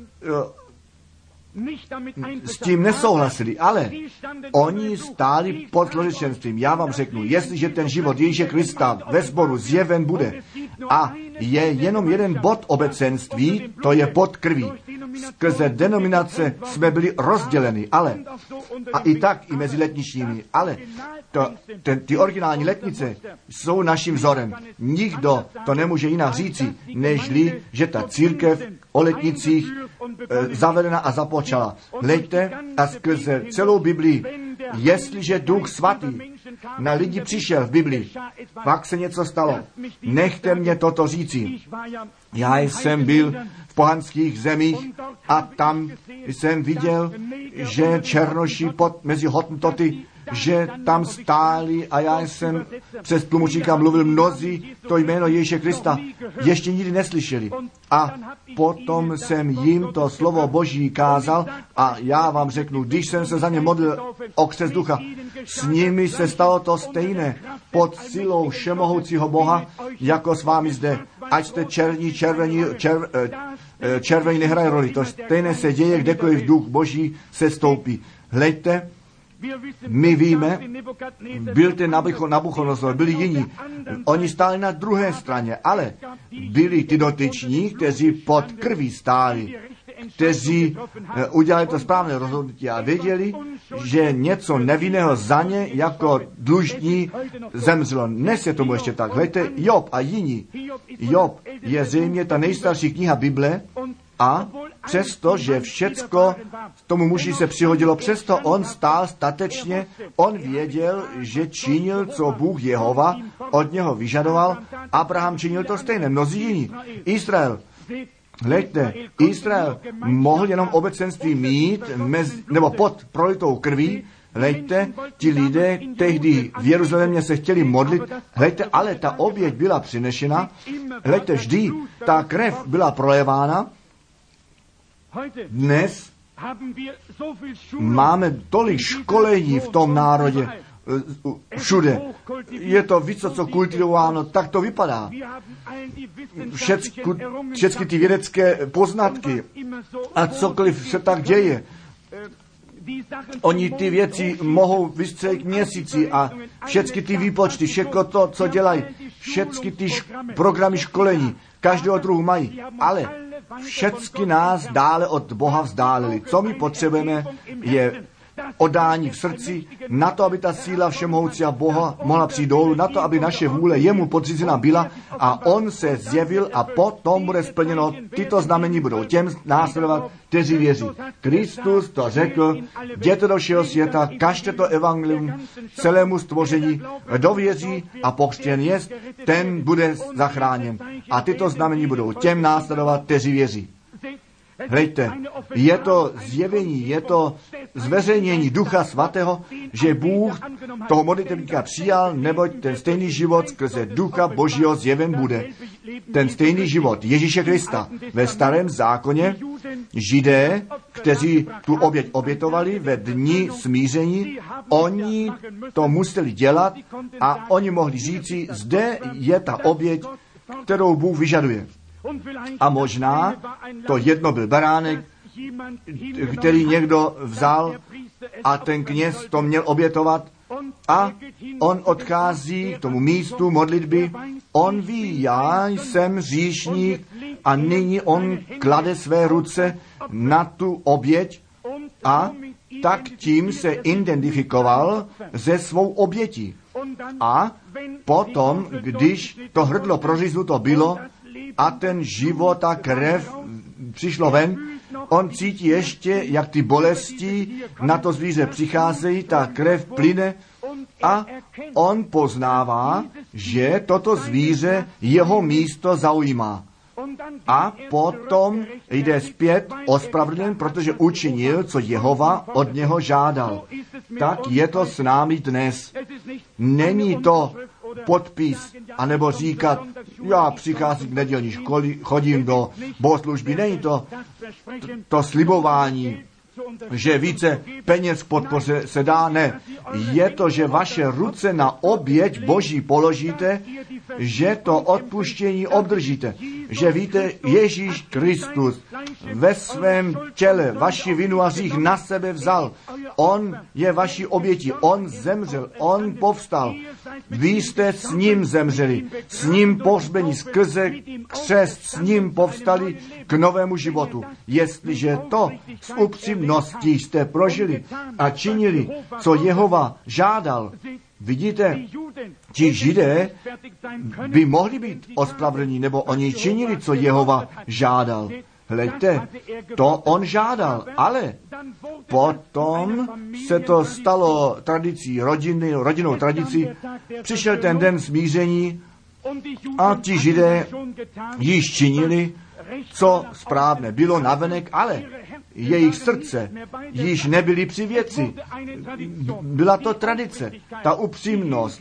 s tím nesouhlasili, ale oni stáli pod zlořečenstvím. Já vám řeknu, jestliže ten život Ježíše Krista ve sboru zjeven bude a je jenom jeden bod obecenství, to je bod krví. Skrze denominace jsme byli rozděleni, ale a i tak i mezi letničními, ale ty originální letnice jsou naším vzorem. Nikdo to nemůže jinak říci, nežli, že ta církev o letnicích zavedena a započala. Hleďte a skrze celou Biblii, jestliže Duch Svatý na lidi přišel v Biblii, pak se něco stalo. Nechte mě toto říci. Já jsem byl v pohanských zemích a tam jsem viděl, že černoši mezi Hottentoty, že tam stáli a já jsem přes tlumočníka mluvil, mnozí to jméno Ježíše Krista ještě nikdy neslyšeli. A potom jsem jim to slovo Boží kázal a já vám řeknu, když jsem se za ně modlil o křest ducha, s nimi se stalo to stejné pod silou všemohoucího Boha, jako s vámi zde. Ať jste červení nehraje roli. To stejné se děje, kdekoliv duch Boží se stoupí. Hleďte, my víme, byl ten Nabuchodonozor, byli jiní. Oni stáli na druhé straně, ale byli ty dotyční, kteří pod krví stáli, kteří udělali to správné rozhodnutí a věděli, že něco nevinného za ně jako dlužní zemřelo. Dnes je tomu ještě tak. Hleďte, Job a jiní. Job je zřejmě ta nejstarší kniha Bible a přesto, že všecko tomu muži se přihodilo, přesto on stál statečně, on věděl, že činil, co Bůh Jehova od něho vyžadoval. Abraham činil to stejné, mnozí jiní. Izrael, hleďte, Izrael mohl jenom obecenství mít nebo pod prolitou krví. Hleďte, ti lidé tehdy v Jeruzalémě se chtěli modlit, hleďte, ale ta oběť byla přinešena, hleďte, vždy ta krev byla prolévána. Dnes máme tolik školení v tom národě, všude. Je to vysoce kultivováno, tak to vypadá. Všechny ty vědecké poznatky a cokoliv se tak děje. Oni ty věci mohou vystřelit k měsíci a všechny ty výpočty, všechno to, co dělají, všechny ty programy školení, každého druhu mají, ale všechny nás dále od Boha vzdálili. Co my potřebujeme, je oddání v srdci, na to, aby ta síla všemohoucího Boha mohla přijít dolů, na to, aby naše vůle jemu podřízena byla a on se zjevil a potom bude splněno. Tyto znamení budou těm následovat, kteří věří. Kristus to řekl, jděte do všeho světa, kažte to evangelium celému stvoření, kdo věří a pokřtěn jest, ten bude zachráněn. A tyto znamení budou těm následovat, kteří věří. Hleďte, je to zjevení, je to zveřejnění Ducha Svatého, že Bůh toho modlitebníka přijal, neboť ten stejný život skrze Ducha Božího zjeven bude. Ten stejný život Ježíše Krista ve Starém zákoně, Židé, kteří tu oběť obětovali ve dni smíření, oni to museli dělat a oni mohli říci, zde je ta oběť, kterou Bůh vyžaduje. A možná to jedno byl beránek, který někdo vzal a ten kněz to měl obětovat a on odchází k tomu místu modlitby. On ví, já jsem hříšník a nyní on klade své ruce na tu oběť a tak tím se identifikoval se svou obětí. A potom, když to hrdlo proříznuto bylo a ten život a krev přišlo ven, on cítí ještě, jak ty bolesti na to zvíře přicházejí, ta krev plyne a on poznává, že toto zvíře jeho místo zaujímá. A potom jde zpět ospravedlněn, protože učinil, co Jehova od něho žádal. Tak je to s námi dnes. Není to podpis, anebo říkat, já přicházím k nedělní školy, chodím do bohoslužby. Není to slibování, že více peněz k podpoře se dá, ne. Je to, že vaše ruce na oběť Boží položíte, že to odpuštění obdržíte. Že víte, Ježíš Kristus ve svém těle vaši vinu a hřích na sebe vzal. On je vaší obětí, on zemřel, on povstal. Vy jste s ním zemřeli, s ním pohřbení skrze křest, s ním povstali k novému životu. Jestliže to s upřímností jste prožili a činili, co Jehova žádal, vidíte, ti Židé by mohli být ospravedlněni, nebo oni činili, co Jehova žádal. Hleďte, to on žádal, ale potom se to stalo tradicí, rodinnou tradicí. Přišel ten den smíření a ti Židé již činili, co správné bylo navenek, ale jejich srdce již nebyly při věci. Byla to tradice, ta upřímnost,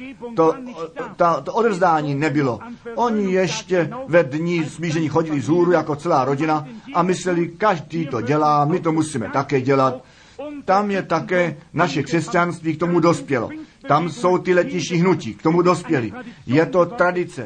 to odevzdání nebylo. Oni ještě ve dní smíření chodili vzhůru jako celá rodina a mysleli, každý to dělá, my to musíme také dělat. Tam je také naše křesťanství, k tomu dospělo. Tam jsou ty letnější hnutí, k tomu dospěli. Je to tradice.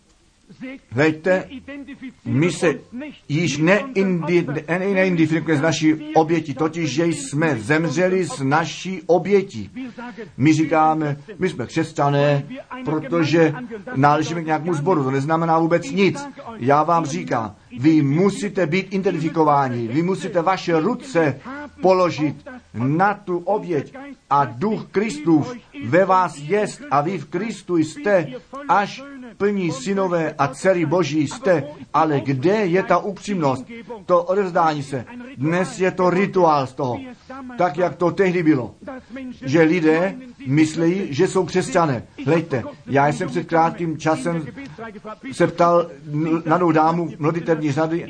Hleďte, my se již neidentifikujeme s naší obětí, totiž, že jsme zemřeli s naší obětí. My říkáme, my jsme křesťané, protože náležíme k nějakému sboru, to neznamená vůbec nic. Já vám říkám, vy musíte být identifikováni, vy musíte vaše ruce položit na tu oběť a duch Kristův ve vás jest a vy v Kristu jste, až plní synové a dcery Boží jste, ale kde je ta upřímnost, to odevzdání se? Dnes je to rituál z toho, tak jak to tehdy bylo, že lidé myslí, že jsou křesťané. Hleďte, já jsem před krátkým časem se ptal na jednu dámu modlitební řady,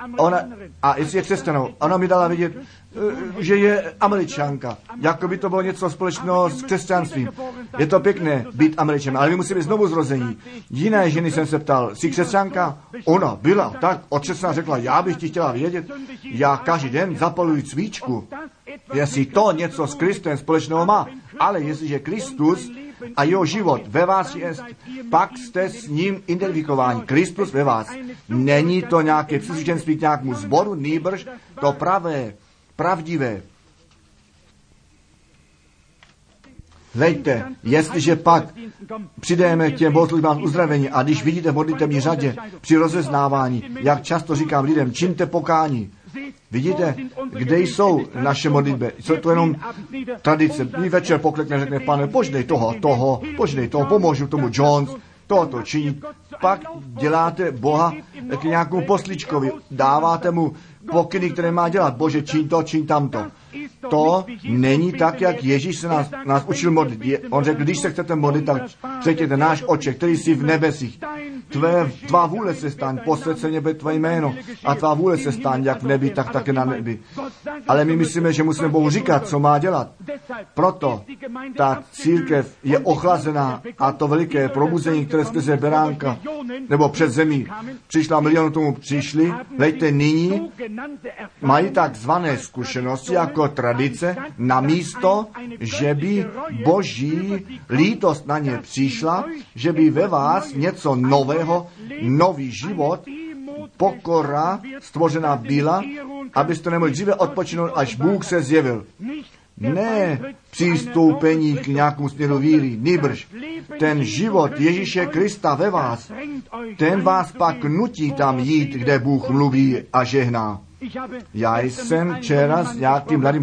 a jestli je křesťanou, ona mi dala vědět, že je Američanka, jako by to bylo něco společného s křesťanstvím. Je to pěkné být Američanem, ale my musíme znovu zrození. Jiné ženy jsem se ptal, jsi křesťanka? Ona byla tak otřesná, řekla, já bych ti chtěla vědět, já každý den zapaluji svíčku, jestli to něco s Kristem společného má, ale jestliže Kristus a jeho život ve vás je, pak jste s ním identifikováni. Kristus ve vás. Není to nějaké příslušenství k nějakému sboru, nýbrž to pravé, pravdivé. Hleďte, jestliže pak přijdeme k těm bohoslužbám uzdravení a když vidíte v modlitební řadě při rozeznávání, jak často říkám lidem, čiňte pokání. Vidíte, kde jsou naše modlitby? Jsou to jenom tradice. My večer poklekne, řekne, pane, poždej toho, pomůžu tomu Jones, tohoto činit. Pak děláte Boha k nějakému posličkovi, dáváte mu pokyny, které má dělat. Bože, čiň to, čiň tamto. To není tak, jak Ježíš se nás učil modlit. On řekl, když se chcete modlit, tak řekněte, náš Otče, který jsi v nebesích, tvá vůle se staň, posvěceně bude tvé jméno a tvá vůle se staň, jak v nebi, tak také na nebi. Ale my myslíme, že musíme Bohu říkat, co má dělat. Proto ta církev je ochlazená a to veliké probuzení, které skrze beránka nebo před zemí přišla, milionů tomu přišli, lejte nyní, mají takzvané zkušenosti jako tradice na místo, že by Boží lítost na ně přišla, že by ve vás něco nového, nový život, pokora stvořena byla, abyste nemohli dříve odpočinout, až Bůh se zjevil. Ne přistoupení k nějakému směru víry, nýbrž ten život Ježíše Krista ve vás, ten vás pak nutí tam jít, kde Bůh mluví a žehná. Já jsem včera s nějakým mladým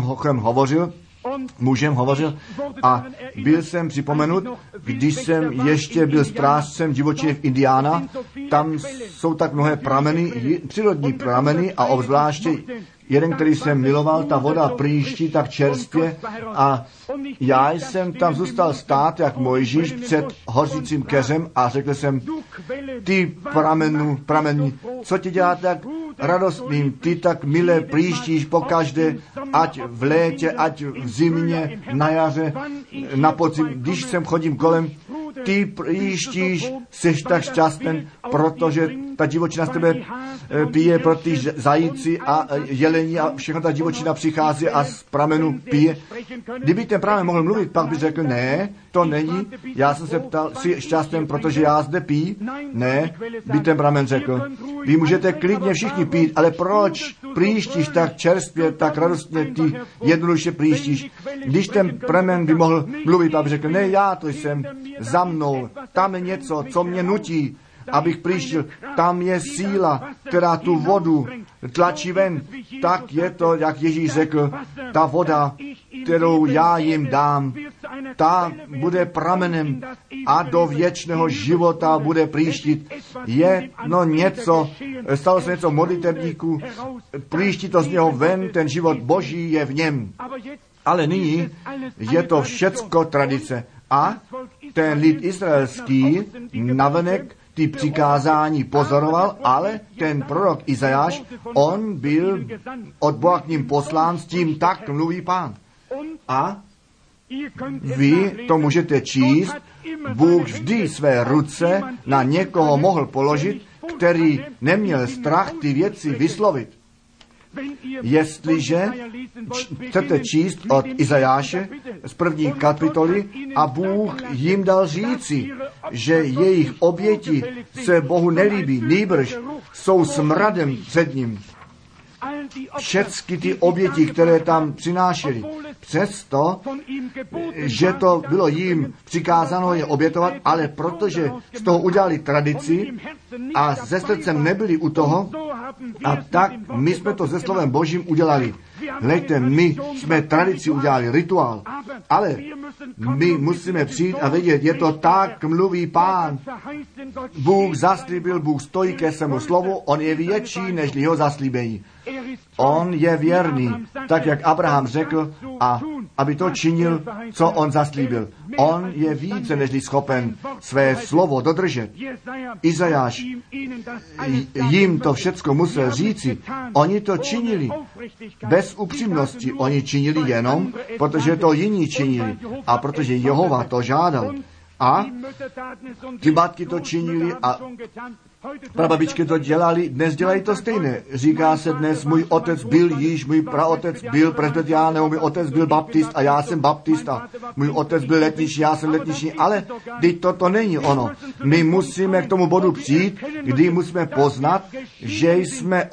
mužem hovořil a byl jsem připomenut, když jsem ještě byl strážcem divočině v Indiána, tam jsou tak mnohé prameny, přírodní prameny a obzvláště jeden, který jsem miloval, ta voda příští tak čerstvě a já jsem tam zůstal stát, jak Mojžíš před hořícím keřem a řekl jsem, ty pramení, co ti dělá tak radostným, ty tak milé příštíš pokaždé, ať v létě, ať v zimě, na jaře, na podzim, když sem chodím kolem, ty příštíš, seš tak šťastný, protože ta divočina z tebe pije pro ty zajíci a jelení a všechno ta divočina přichází a z pramenu pije. Kdyby ten pramen mohl mluvit, pak by řekl, ne, to není, já jsem se ptal, jsi šťastný, protože já zde pí? Ne, by ten pramen řekl, vy můžete klidně všichni pít, ale proč příštíš tak čerstvě, tak radostně, ty jednoduše příštíš? Když ten pramen by mohl mluvit, pak by řekl, ne, já to jsem, za mnou, tam je něco, co mě nutí, abych příštil, tam je síla, která tu vodu tlačí ven. Tak je to, jak Ježíš řekl, ta voda, kterou já jim dám, ta bude pramenem a do věčného života bude příštit. Je něco, stalo se něco modlitebníků, příští to z něho ven, ten život Boží je v něm. Ale nyní je to všecko tradice. A ten lid izraelský navenek ty přikázání pozoroval, ale ten prorok Izajáš, on byl od Boha k ním poslán s tím, tak mluví Pán. A vy to můžete číst, Bůh vždy své ruce na někoho mohl položit, který neměl strach ty věci vyslovit. Jestliže chcete číst od Izajáše z 1. kapitoly a Bůh jim dal říci, že jejich oběti se Bohu nelíbí, nýbrž jsou smradem před ním. Všechny ty oběti, které tam přinášeli, přesto, že to bylo jim přikázáno je obětovat, ale protože z toho udělali tradici a se srdcem nebyli u toho, a tak my jsme to se slovem Božím udělali. Hleďte, my jsme tradici udělali, rituál, ale my musíme přijít a vědět, je to tak, mluví Pán. Bůh zaslíbil, Bůh stojí ke svému slovu, on je větší než jeho zaslíbení. On je věrný, tak jak Abraham řekl, a aby to činil, co on zaslíbil. On je více než schopen své slovo dodržet. Izajáš jim to všecko musel říci. Oni to činili bez upřímnosti. Oni činili jenom, protože to jiní činili a protože Jehova to žádal. A ty matky to činili a prababičky to dělali, dnes dělají to stejné. Říká se dnes, můj otec byl již, můj praotec byl presbyterián, nebo můj otec byl baptist a já jsem baptista. Můj otec byl letniční, já jsem letniční, ale teď to není ono. My musíme k tomu bodu přijít, kdy musíme poznat, že jsme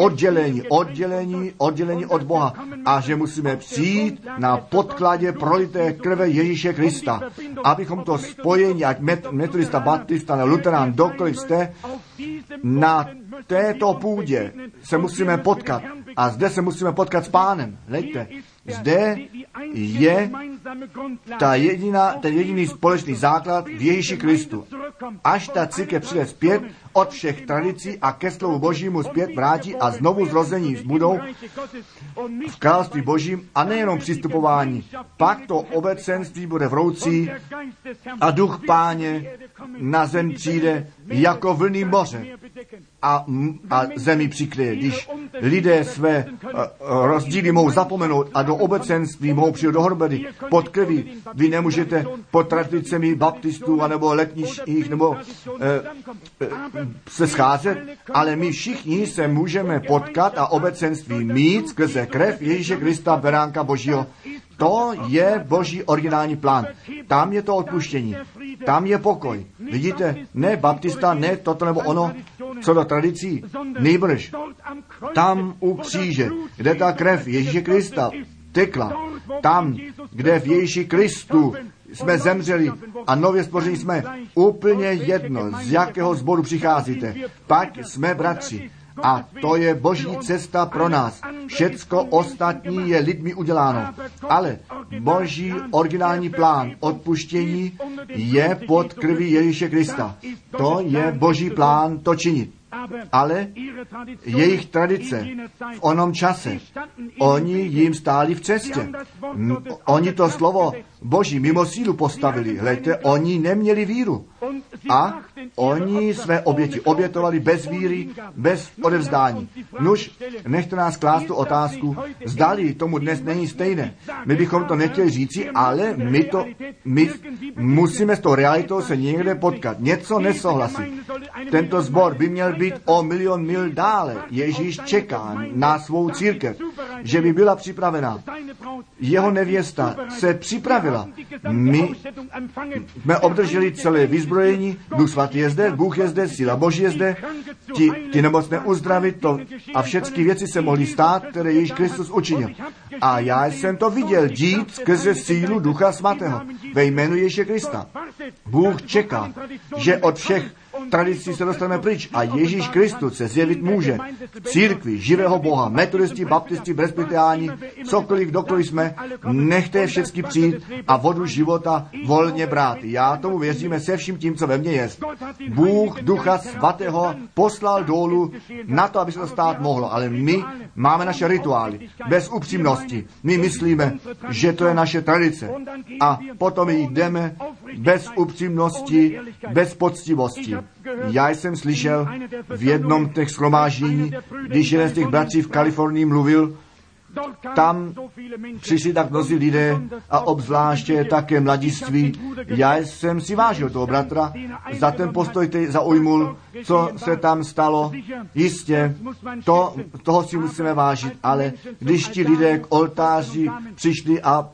oddělení od Boha a že musíme přijít na podkladě prolité krve Ježíše Krista. Abychom to spojení, ať metodista, baptista, nebo luterán, kdokoliv jste, na této půdě se musíme potkat a zde se musíme potkat s Pánem. Hleďte, zde je ten jediný společný základ v Ježíši Kristu. Až ta církev přijde zpět od všech tradicí a ke slovu Božímu zpět vrátí a znovu zrození budou v království Božím a nejenom přistupování. Pak to obecenství bude vroucí a duch Páně na zem přijde jako vlny moře a zemi přikryje. Když lidé své rozdíly mohou zapomenout a do obecenství mohou přijít dohromady pod krví, vy nemůžete pod tradicemi baptistů anebo letničních nebo se scházet, ale my všichni se můžeme potkat a obecenství mít skrze krev Ježíše Krista, beránka Božího. To je Boží originální plán. Tam je to odpuštění. Tam je pokoj. Vidíte, ne baptista, ne toto nebo ono, co do tradicí, nejbrž. Tam u kříže, kde ta krev Ježíše Krista tekla, tam, kde v Ježíši Kristu jsme zemřeli a nově stvoření jsme, úplně jedno, z jakého sboru přicházíte, pak jsme bratři. A to je Boží cesta pro nás. Všecko ostatní je lidmi uděláno. Ale Boží originální plán odpuštění je pod krví Ježíše Krista. To je Boží plán to činit. Ale jejich tradice v onom čase, oni jim stáli v cestě. Oni to slovo Boží mimo sílu postavili. Hleďte, oni neměli víru. A oni své oběti obětovali bez víry, bez odevzdání. Nuž, nechte nás klást tu otázku, zdali tomu dnes není stejné. My bychom to nechtěli říci, ale my musíme s tou realitou se někde potkat. Něco nesouhlasí. Tento sbor by měl být o milion mil dále. Ježíš čeká na svou církev, že by byla připravená. Jeho nevěsta se připravila. My jsme obdrželi celé vyzbrojení, Duch Svatý je zde, Bůh je zde, síla Boží je zde, ty nemocné uzdravit to a všechny věci se mohly stát, které Ježíš Kristus učinil. A já jsem to viděl dít skrze sílu Ducha Svatého ve jménu Ježíše Krista. Bůh čeká, že od všech tradicí se dostaneme pryč a Ježíš Kristus se zjevit může v církvi živého Boha, metodisti, baptisti, presbyteriáni, cokoliv, kdokoliv jsme, nechte je všechny přijít a vodu života volně brát. Já tomu věříme se vším tím, co ve mně je. Bůh Ducha Svatého poslal dolů na to, aby se to stát mohlo, ale my máme naše rituály bez upřímnosti. My myslíme, že to je naše tradice a potom jdeme bez upřímnosti, bez poctivosti. Já jsem slyšel v jednom těch shromáždění, když jeden z těch bratří v Kalifornii mluvil, tam přišli tak mnozí lidé a obzvláště také mladiství. Já jsem si vážil toho bratra, za ten postoj zaujmul, co se tam stalo. Jistě, toho si musíme vážit, ale když ti lidé k oltáři přišli a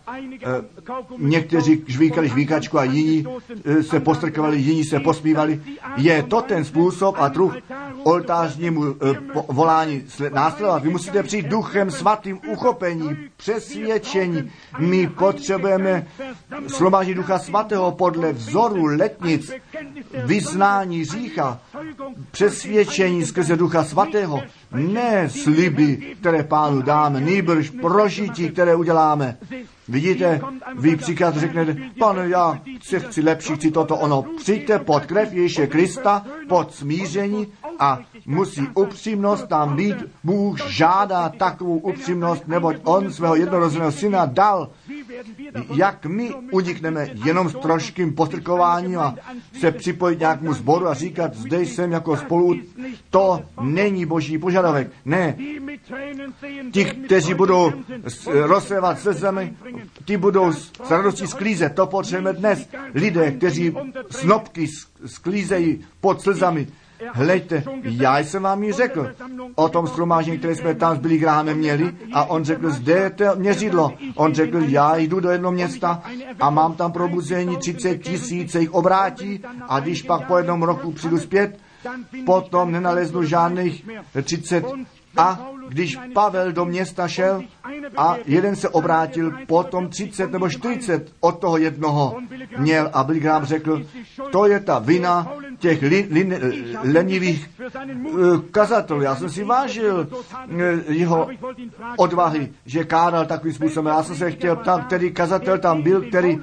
někteří žvíkali žvíkačku a jiní se postrkovali, jiní se posmívali, je to ten způsob a druh oltářnímu volání následovat. Vy musíte přijít Duchem Svatým uchopení, přesvědčení. My potřebujeme shromáždit Ducha Svatého podle vzoru letnic, vyznání řícha, přesvědčení skrze Ducha Svatého, ne sliby, které Pánu dáme, nýbrž prožití, které uděláme. Vidíte, vy příklad řeknete, pane, já chci lepší, chci toto, ono. Přijďte pod krev Ježíše Krista, pod smíření a musí upřímnost tam být. Bůh žádá takovou upřímnost, neboť on svého jednorozeného syna dal. Jak my unikneme jenom s troškým postrkováním a se připojit nějakému sboru a říkat, zde jsem jako spolu, to není Boží požadavek. Ne. Ti, kteří budou rozsévat slzami, ti budou s radostí sklízet. To potřebujeme dnes. Lidé, kteří snopky sklízejí pod slzami. Hleďte, já jsem vám ji řekl o tom shromáždění, které jsme tam s Billy Grahamem měli a on řekl, zde je to měřidlo. On řekl, já jdu do jednoho města a mám tam probuzení 30 000, se jich obrátí a když pak po jednom roku přijdu zpět, potom nenaleznu žádných 30. A když Pavel do města šel a jeden se obrátil, potom 30 nebo 40 od toho jednoho měl a Billy Graham řekl, to je ta vina těch lenivých kazatelů. Já jsem si vážil jeho odvahy, že kázal takovým způsobem. Já jsem se chtěl ptát, který kazatel tam byl, který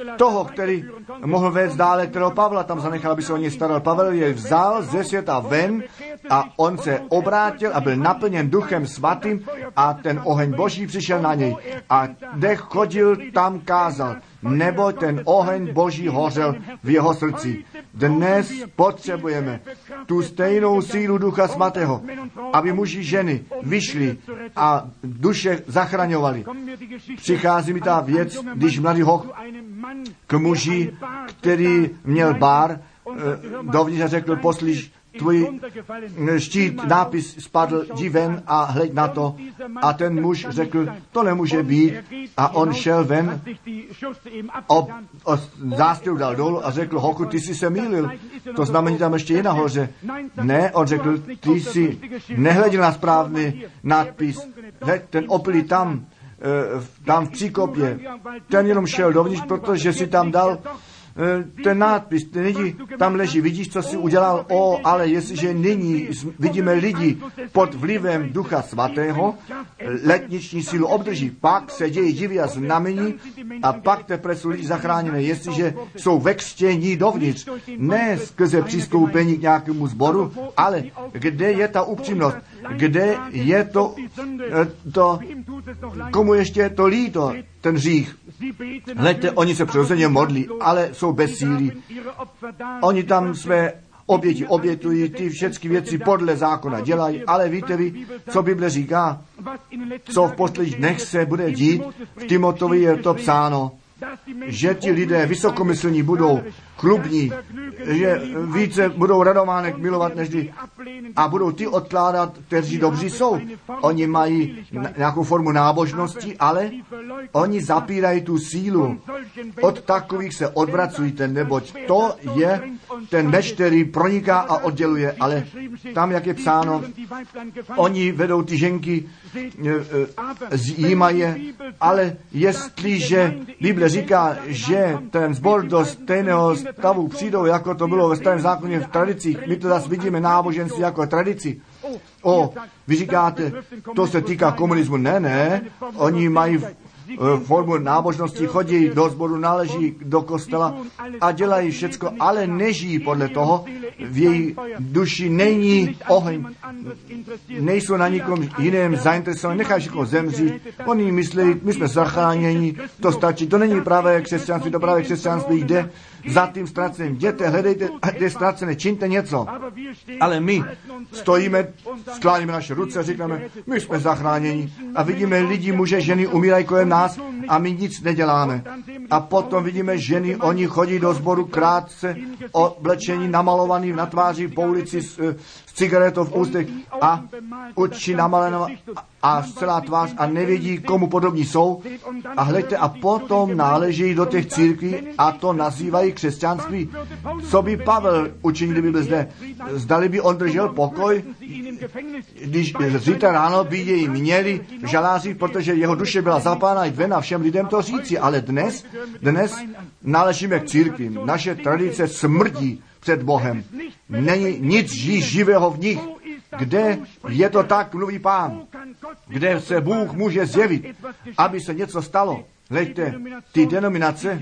mohl vést dále, kterého Pavla tam zanechal, aby se o něj staral. Pavel je vzal ze světa ven a on se obrátil a byl naplněn Duchem Svatým a ten oheň Boží přišel na něj. A kde chodil, tam kázal. nebo ten oheň Boží hořel v jeho srdci. Dnes potřebujeme tu stejnou sílu Ducha Svatého, aby muži, ženy vyšli a duše zachraňovali. Přichází mi ta věc, když mladý hoch k muži, který měl bar, dovnitř řekl, poslyš, tvůj štít, nápis spadl, jdi ven a hleď na to. A ten muž řekl, to nemůže být. A on šel ven, zástěru dal dolů a řekl, hochu, ty jsi se mýlil. To znamení tam ještě je nahoře. Ne, on řekl, ty jsi nehledil na správný nápis. Hleď, ten opilý tam v příkopě. Ten jenom šel dovnitř, protože si tam dal ten nápis, tam leží, vidíš, co jsi udělal, ale jestliže nyní vidíme lidi pod vlivem Ducha Svatého, letniční sílu obdrží, pak se dějí divy a znamení a pak teprve jsou lidi zachráněné, jestliže jsou ve křtění dovnitř, ne skrze přistoupení k nějakému sboru, ale kde je ta upřímnost, kde je to komu ještě to líto, ten hřích. Hleďte, oni se přirozeně modlí, ale jsou bez síly. Oni tam své oběti obětují, ty všechny věci podle zákona dělají, ale víte vy, co Bible říká? Co v posledních dnech se bude dít? V Timotovi je to psáno, že ti lidé vysokomyslní budou chlubní, že více budou radovánek milovat nežli a budou ty odkládat, kteří dobří jsou. Oni mají nějakou formu nábožnosti, ale oni zapírají tu sílu. Od takových se odvracujte, neboť to je ten meč, který proniká a odděluje, ale tam, jak je psáno, oni vedou ty ženky, zjímají je, ale jestliže Bible říká, že ten sbor do stejného stavu přijdou, jako to bylo ve starém zákoně v tradicích, my to zase vidíme náboženství jako tradici. Vy říkáte, to se týká komunismu. Ne, oni mají formu nábožnosti, chodí do sboru, náleží do kostela a dělají všecko, ale nežijí podle toho. V její duši není oheň, nejsou na nikom jiném zainteresovaní, nechají všechno zemřít. Oni myslí, my jsme zachráněni, to stačí, to není pravé křesťanství, to pravé křesťanství jde za tím ztraceným. Jděte, hledejte, kde je ztracené, čiňte něco. Ale my stojíme, skláníme naše ruce, říkáme, my jsme zachráněni a vidíme lidi, muže, ženy umírají kolem nás a my nic neděláme. A potom vidíme ženy, oni chodí do sboru krátce, oblečení, namalovaný na tváři po ulici s cigaretou v ústech a oči namalenou a celá tvář a nevědí, komu podobní jsou. A hleďte, a potom náleží do těch církví a to nazývají křesťanství. Co by Pavel učinil, kdyby byl zde? Zdali by on držel pokoj, když zítra ráno by jej měli žaláři, protože jeho duše byla zapána jít ven a všem lidem to říci. Ale dnes náležíme k církvím. Naše tradice smrdí před Bohem. Není nic živého v nich. Kde je to tak, mluví Pán, kde se Bůh může zjevit, aby se něco stalo. Hleďte, ty denominace,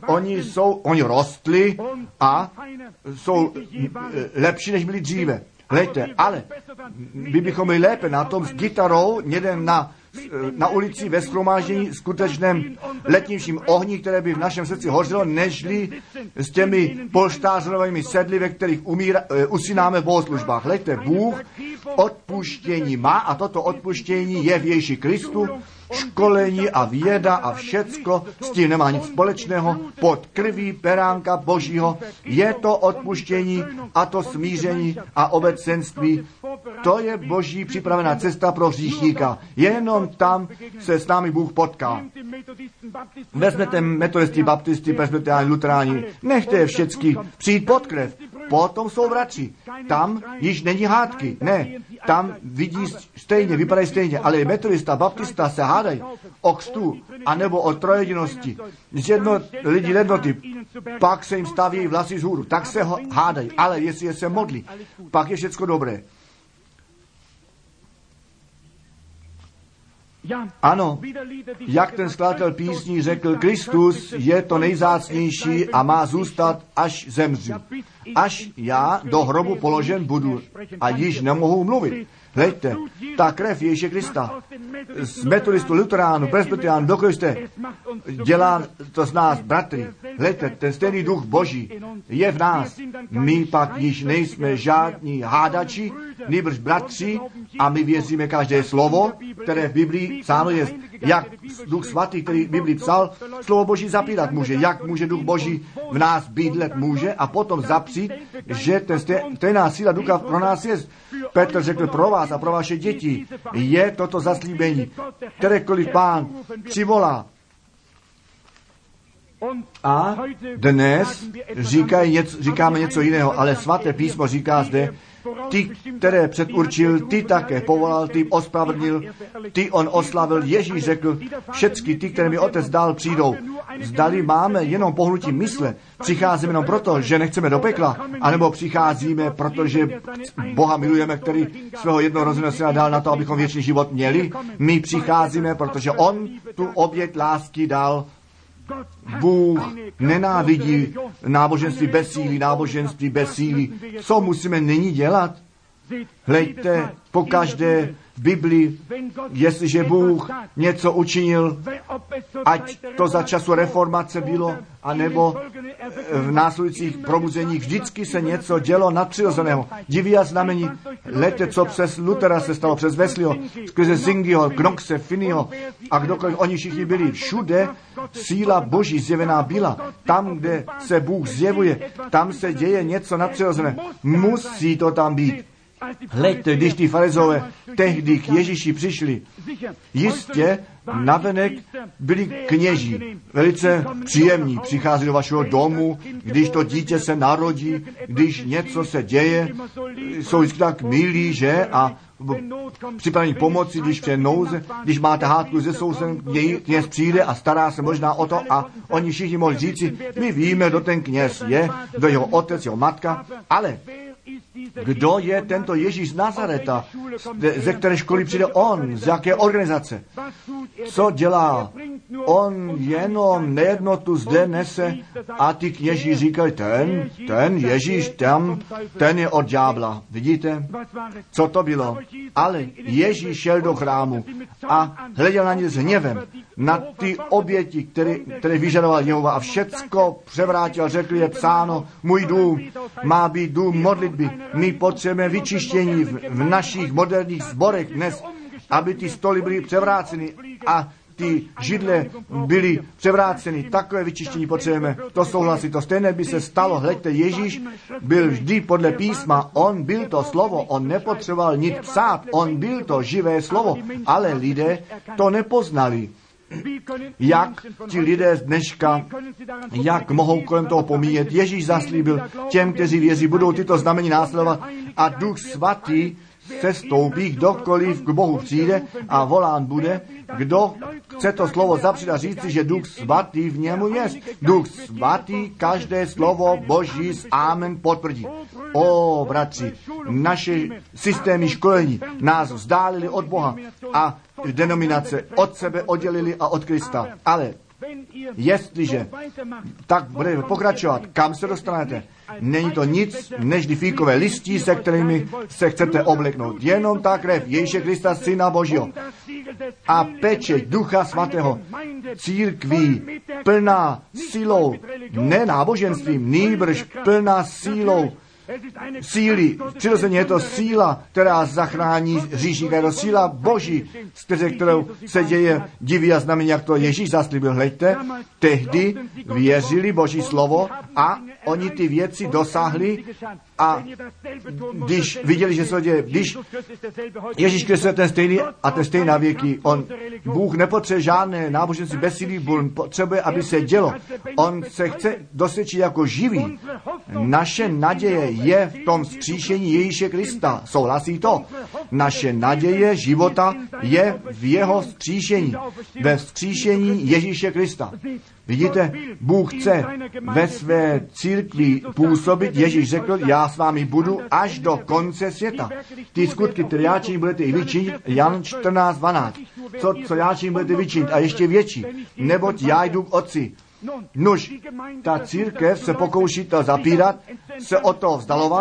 oni rostly a jsou lepší, než byli dříve. Hleďte, ale my bychom byli lépe na tom s gitarou, jeden na ulici ve shromáždění skutečném letnějším ohni, které by v našem srdci hořelo, nežli s těmi polštářovými sedly, ve kterých usínáme v bohoslužbách. Hleďte, Bůh odpuštění má a toto odpuštění je v Ježíši Kristu. Školení a věda a všecko s tím nemá nic společného. Pod krví beránka Božího je to odpuštění a to smíření a obecenství. To je Boží připravená cesta pro hříšníka. Jenom tam se s námi Bůh potká. Vezmete metodisty, baptisty, presbyteriáni, luteráni, nechte je všecky přijít pod krev. Potom jsou bratři. Tam již není hádky. Ne, tam vidí stejně, vypadají stejně, ale metodista, baptista se hádají o křtu, anebo o trojedinosti. Lidi jednoty, pak se jim staví vlasy vzhůru, tak se hádají, ale jestli je se modlí, pak je všecko dobré. Ano, jak ten skladatel písní řekl, Kristus je to nejzácnější a má zůstat, až zemřu. Až já do hrobu položen budu a již nemohu mluvit. Hleďte, ta krev Ježíše Krista, z metodistů, luteránů, presbyteriánů, dokoliv jste, dělá to z nás, bratry. Hleďte, ten stejný duch Boží je v nás. My pak již nejsme žádní hádači, nýbrž bratři a my věříme každé slovo, které v Biblii psáno je. Jak Duch Svatý, který v Biblii psal, slovo Boží zapírat může. Jak může Duch Boží v nás bydlet může a potom zapřít, že stejná síla ducha pro nás je. Petr řekl pro vás a pro vaše děti je toto zaslíbení. Kterékoliv Pán a dnes říkáme něco jiného, ale svaté písmo říká zde, ty, které předurčil, ty také povolal, ty ospravedlnil, ty on oslavil. Ježíš řekl, všecky ty, které mi otec dal, přijdou. Zdali máme jenom pohnutí mysle, přicházíme jenom proto, že nechceme do pekla, anebo přicházíme, protože Boha milujeme, který svého jednorozeného syna dal na to, abychom věčný život měli. My přicházíme, protože on tu oběť lásky dal. Bůh nenávidí náboženství bez síly. Co musíme nyní dělat? Hleďte, pokaždé v Biblii, jestliže Bůh něco učinil, ať to za času reformace bylo, anebo v následujících probuzeních, vždycky se něco dělo nadpřirozeného. Diví a znamení. Hleďte, co přes Lutera se stalo, přes Wesleyho, skrze Zingiho, Knoxe, Finneyho a kdokoliv oni všichni byli. Všude síla Boží zjevená byla. Tam, kde se Bůh zjevuje, tam se děje něco nadpřirozeného. Musí to tam být. Hleďte, když ty farizové tehdy k Ježíši přišli, jistě navenek byli kněží, velice příjemní, přichází do vašeho domu, když to dítě se narodí, když něco se děje, jsou vždycky tak milí, že? A připravení pomoci, když je nouze, když máte hádku se sousem, kněz přijde a stará se možná o to a oni všichni mohli říci, my víme, kdo ten kněz je, kdo jeho otec, jeho matka, ale kdo je tento Ježíš z Nazareta, ze které školy přijde on, z jaké organizace, co dělá, on jenom nejednotu zde nese a ty kněží říkají, ten Ježíš tam, ten je od ďábla. Vidíte, co to bylo? Ale Ježíš šel do chrámu a hleděl na ně s hněvem, na ty oběti, které vyžadoval Jehova a všecko převrátil, řekl, je psáno, můj dům má být dům modlitby. My potřebujeme vyčištění v našich moderních sborech dnes, aby ty stoly byly převráceny a ty židle byly převráceny. Takové vyčištění potřebujeme. To souhlasí. To stejné by se stalo. Hleďte, Ježíš byl vždy podle písma. On byl to slovo. On nepotřeboval nic psát. On byl to živé slovo. Ale lidé to nepoznali. Jak ti lidé z dneška, jak mohou kolem toho pomíjet. Ježíš zaslíbil těm, kteří věří, budou tyto znamení následovat a Duch Svatý se stoupí, kdokoliv k Bohu přijde a volán bude, kdo chce to slovo zapřít a říci, že Duch Svatý v němu je. Duch Svatý každé slovo Boží s amen potvrdí. O, bratři, naše systémy školení nás vzdálili od Boha a denominace od sebe oddělili a od Krista. Ale jestliže tak budeme pokračovat, kam se dostanete? Není to nic než fíkové listí, se kterými se chcete obleknout. Jenom ta krev Ježíše Krista, Syna Božího. A pečeť Ducha Svatého, církví plná silou, ne náboženstvím, nýbrž plná sílou, síly, přirozeně je to síla, která zachrání hříšníka, je to síla Boží, skrze kterou se děje diví a znamení, jak to Ježíš zaslíbil. Hleďte, tehdy věřili Boží slovo a oni ty věci dosáhli a když viděli, že se to děje, když Ježíš Kristus je ten stejný a ten stejný na věky, Bůh nepotřebuje žádné náboženství bez síly, Bůh potřebuje, aby se dělo. On se chce dosvědčit jako živý. Naše naděje je v tom vzkříšení Ježíše Krista. Souhlasí to? Naše naděje života je v jeho vzkříšení. Ve vzkříšení Ježíše Krista. Vidíte, Bůh chce ve své církvi působit. Ježíš řekl, já s vámi budu až do konce světa. Ty skutky, které já činím, budete i vyčinit. Jan 14:12. Co já činím, budete vyčinit a ještě větší. Neboť já jdu k Otci. Nuž, ta církev se pokouší to zapírat, se od toho vzdalovat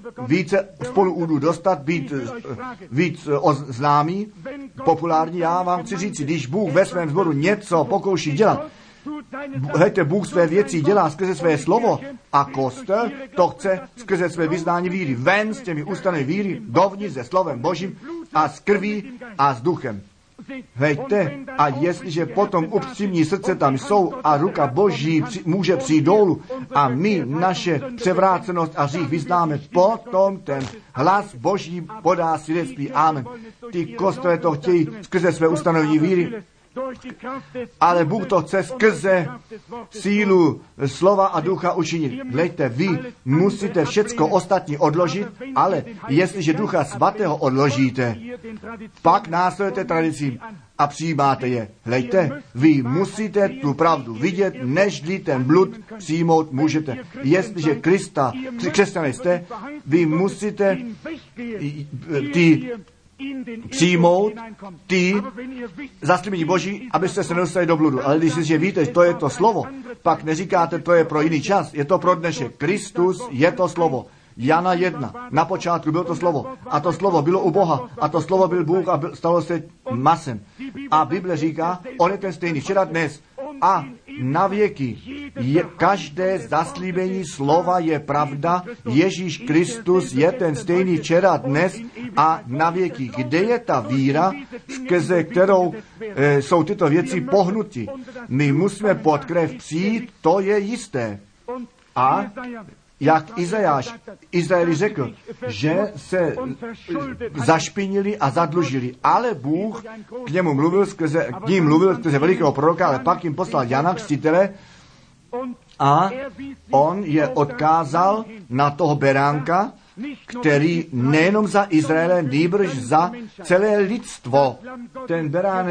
více spolu údu dostat, být víc známý, populární. Já vám chci říct, když Bůh ve svém sboru něco pokouší dělat, hejte, Bůh své věci dělá skrze své slovo a kostel to chce skrze své vyznání víry. Ven s těmi ústany víry, dovnitř se slovem Božím a s krví a s duchem. Hejte, a jestliže potom upřímní srdce tam jsou a ruka Boží může přijít dolů a my naše převrácenost a hřích vyznáme, potom ten hlas Boží podá svědectví. Amen. Ty kostele to chtějí skrze své ustanovení víry, ale Bůh to chce skrze sílu slova a ducha učinit. Hleďte, vy musíte všecko ostatní odložit, ale jestliže Ducha Svatého odložíte, pak následujete tradicím a přijímáte je. Hleďte, vy musíte tu pravdu vidět, nežli ten blud přijmout můžete. Jestliže křesťané jste, vy musíte přijmout ty zaslíbení Boží, abyste se nedostali do bludu. Ale když si víte, že to je to slovo, pak neříkáte, to je pro jiný čas, je to pro dnešek. Kristus je to slovo. Jana 1. Na počátku bylo to slovo. A to slovo bylo u Boha. A to slovo byl Bůh a stalo se masem. A Bible říká, on je ten stejný včera, dnes a na věky. Každé zaslíbení slova je pravda. Ježíš Kristus je ten stejný včera, dnes a na věky. Kde je ta víra, skrze kterou jsou tyto věci pohnuty? My musíme pod krev přijít, to je jisté. A jak Izajáš řekl, že se zašpinili a zadlužili, ale Bůh k ním mluvil skrze velikého proroka, ale pak jim poslal Jana Křtitele a on je odkázal na toho beránka, který nejenom za Izraele, nýbrž za celé lidstvo ten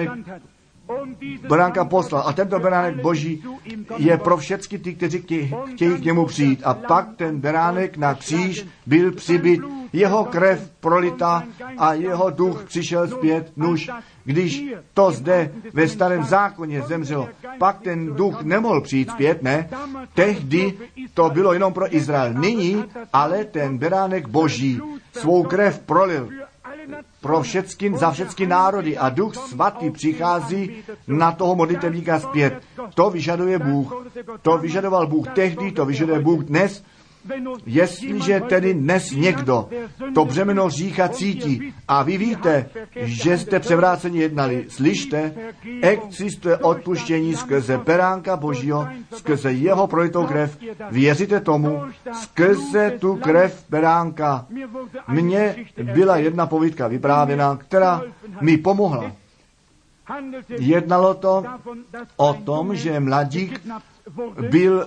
beránka poslal. A tento beránek Boží je pro všechny ty, kteří chtějí k němu přijít. A pak ten beránek na kříž byl přibyt, jeho krev prolita a jeho duch přišel zpět. Nuž, když to zde ve starém zákoně zemřelo, pak ten duch nemohl přijít zpět, ne? Tehdy to bylo jenom pro Izrael. Nyní ale ten beránek Boží svou krev prolil za všechny národy a Duch Svatý přichází na toho modlitevníka zpět. To vyžaduje Bůh. To vyžadoval Bůh tehdy, to vyžaduje Bůh dnes. Jestliže tedy dnes někdo to břemeno hřícha cítí a vy víte, že jste převráceně jednali, slyšte, existuje odpuštění skrze beránka Božího, skrze jeho prolitou krev. Věříte tomu? Skrze tu krev beránka. Mně byla jedna povídka vyprávěna, která mi pomohla. Jednalo to o tom, že mladík byl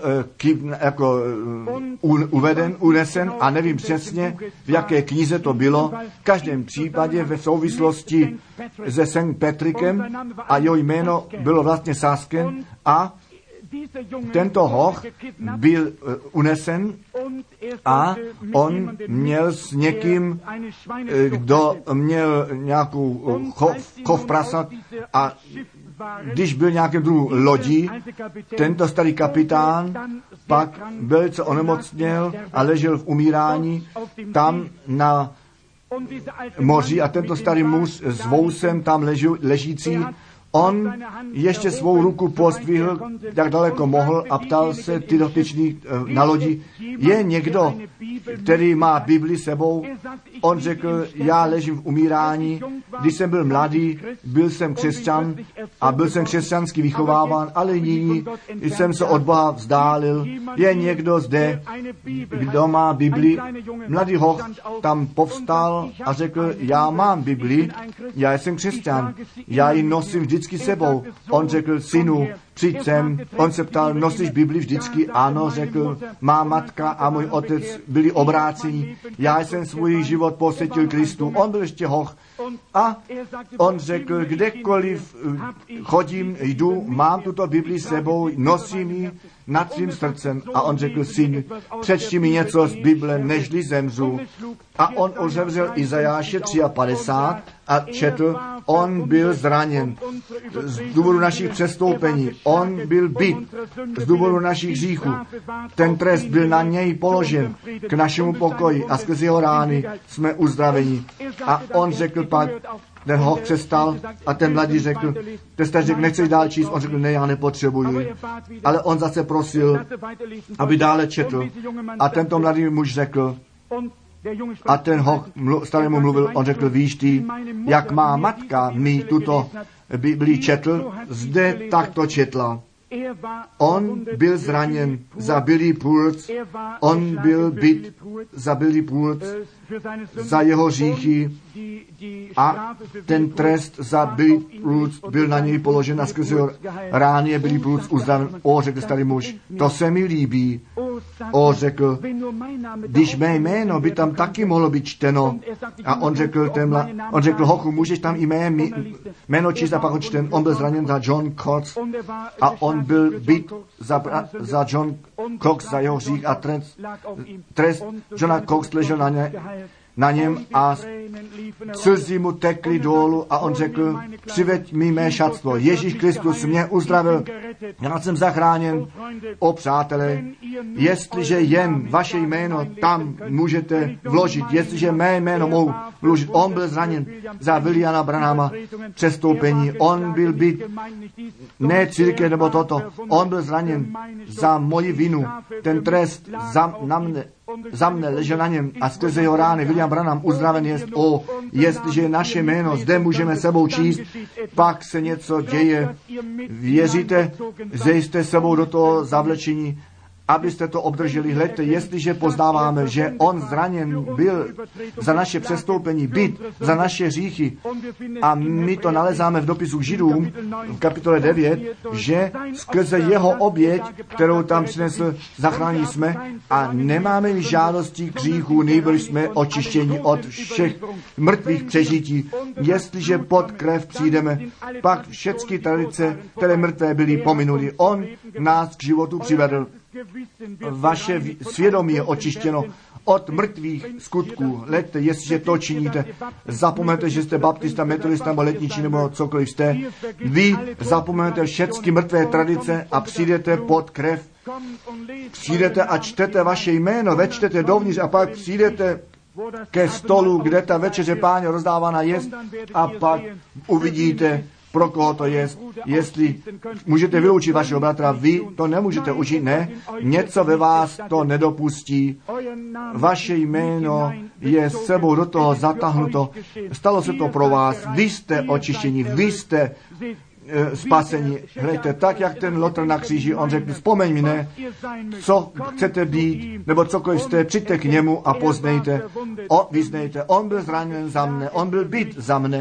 unesen a nevím přesně, v jaké knize to bylo. V každém případě ve souvislosti se St. Patrickem a jeho jméno bylo vlastně Sasken a tento hoch byl unesen a on měl s někým, kdo měl nějakou chov prasat a když byl nějakým druhu lodí, tento starý kapitán pak velice onemocněl a ležel v umírání tam na moři a tento starý muž s vousem tam ležící, on ještě svou ruku pozdvihl, jak daleko mohl a ptal se ty dotyčný na lodi, je někdo, který má Bibli sebou? On řekl, já ležím v umírání, když jsem byl mladý, byl jsem křesťan a byl jsem křesťansky vychováván, ale nyní jsem se od Boha vzdálil. Je někdo zde, kdo má Bibli? Mladý hoch tam povstal a řekl, já mám Bibli, já jsem křesťan, já ji nosím vždycky sebou. On řekl, synu, přijď sem. On se ptal, nosíš Bibli vždycky? Ano, řekl, má matka a můj otec byli obrácení. Já jsem svůj život posvětil Kristu. On byl ještě hoch. A on řekl, kdekoliv chodím, jdu, mám tuto Bibli sebou, nosím ji, nad svým srdcem a on řekl, synu, přečti mi něco z Bible, nežli zemřu. A on otevřel Izajáše 53 a četl, on byl zraněn z důvodu našich přestoupení, on byl bit z důvodu našich hříchů. Ten trest byl na něj položen k našemu pokoji a skrze jeho rány jsme uzdraveni. A on řekl pak, ten hoch přestal a ten mladý řekl, ten řekl, nechceš dál číst, on řekl, ne, já nepotřebuji. Ale on zase prosil, aby dále četl. A tento mladý muž řekl, a ten hoch starému mluvil, on řekl, víš ty, jak má matka mi tuto Biblii četl, zde takto četla. On byl zraněn za Billy Pulc, on byl bit za Billy Pulc, za jeho hříchy a ten trest za Billy Pulc byl na něj položen a skrze rány je Billy Pulc uzdraven. O, řekl starý muž, to se mi líbí. O, řekl, když mé jméno by tam taky mohlo být čteno. A on řekl, hochu, můžeš tam i mé jméno číst a pak ho čten. On byl zraněn za John Cox a on byl bit za John Cox, za jeho hřích a trest Johna Cox ležel na něm a slzy mu tekly dolů a on řekl, přiveď mi mé šatstvo. Ježíš Kristus mě uzdravil, já jsem zachráněn. O přátelé, jestliže jen vaše jméno tam můžete vložit, jestliže mé jméno mohu vložit, on byl zraněn za Williama Branhama přestoupení, on byl bit, ne církev nebo toto, on byl zraněn za moji vinu, ten trest za mne ležel na něm a skrze jeho rány William Branham uzdraven jest. O, jestliže naše jméno zde můžeme sebou číst, pak se něco děje. Věříte, že jste sebou do toho zavlečení, abyste to obdrželi. Hleďte, jestliže poznáváme, že on zraněn byl za naše přestoupení, bit za naše hříchy a my to nalezáme v dopisu k Židům v kapitole 9, že skrze jeho oběť, kterou tam přinesl, zachránili jsme a nemáme žádostí k hříchu, nejbrž jsme očištěni od všech mrtvých přežití. Jestliže pod krev přijdeme, pak všechny tradice, které mrtvé byly, pominuli. On nás k životu přivedl. Vaše svědomí je očištěno od mrtvých skutků. Leďte, jestliže to činíte, zapomeňte, že jste baptista, metodista nebo letničí nebo cokoliv jste. Vy zapomeňte všechny mrtvé tradice a přijdete pod krev. Přijdete a čtete vaše jméno, večtete dovnitř a pak přijdete ke stolu, kde ta večeře Páně rozdávána jest a pak uvidíte, pro koho to je, jestli můžete vyučit vašeho bratra, vy to nemůžete učit, ne, něco ve vás to nedopustí, vaše jméno je s sebou do toho zatáhnuto, stalo se to pro vás, vy jste očištěni, vy jste spasení. Hledajte, tak jak ten Lotr na kříži, on řekl, vzpomeň mi, ne, co chcete být, nebo cokoliv jste, přijďte k němu a poznejte, vyznejte, on byl zraněn za mne, on byl bit za mne,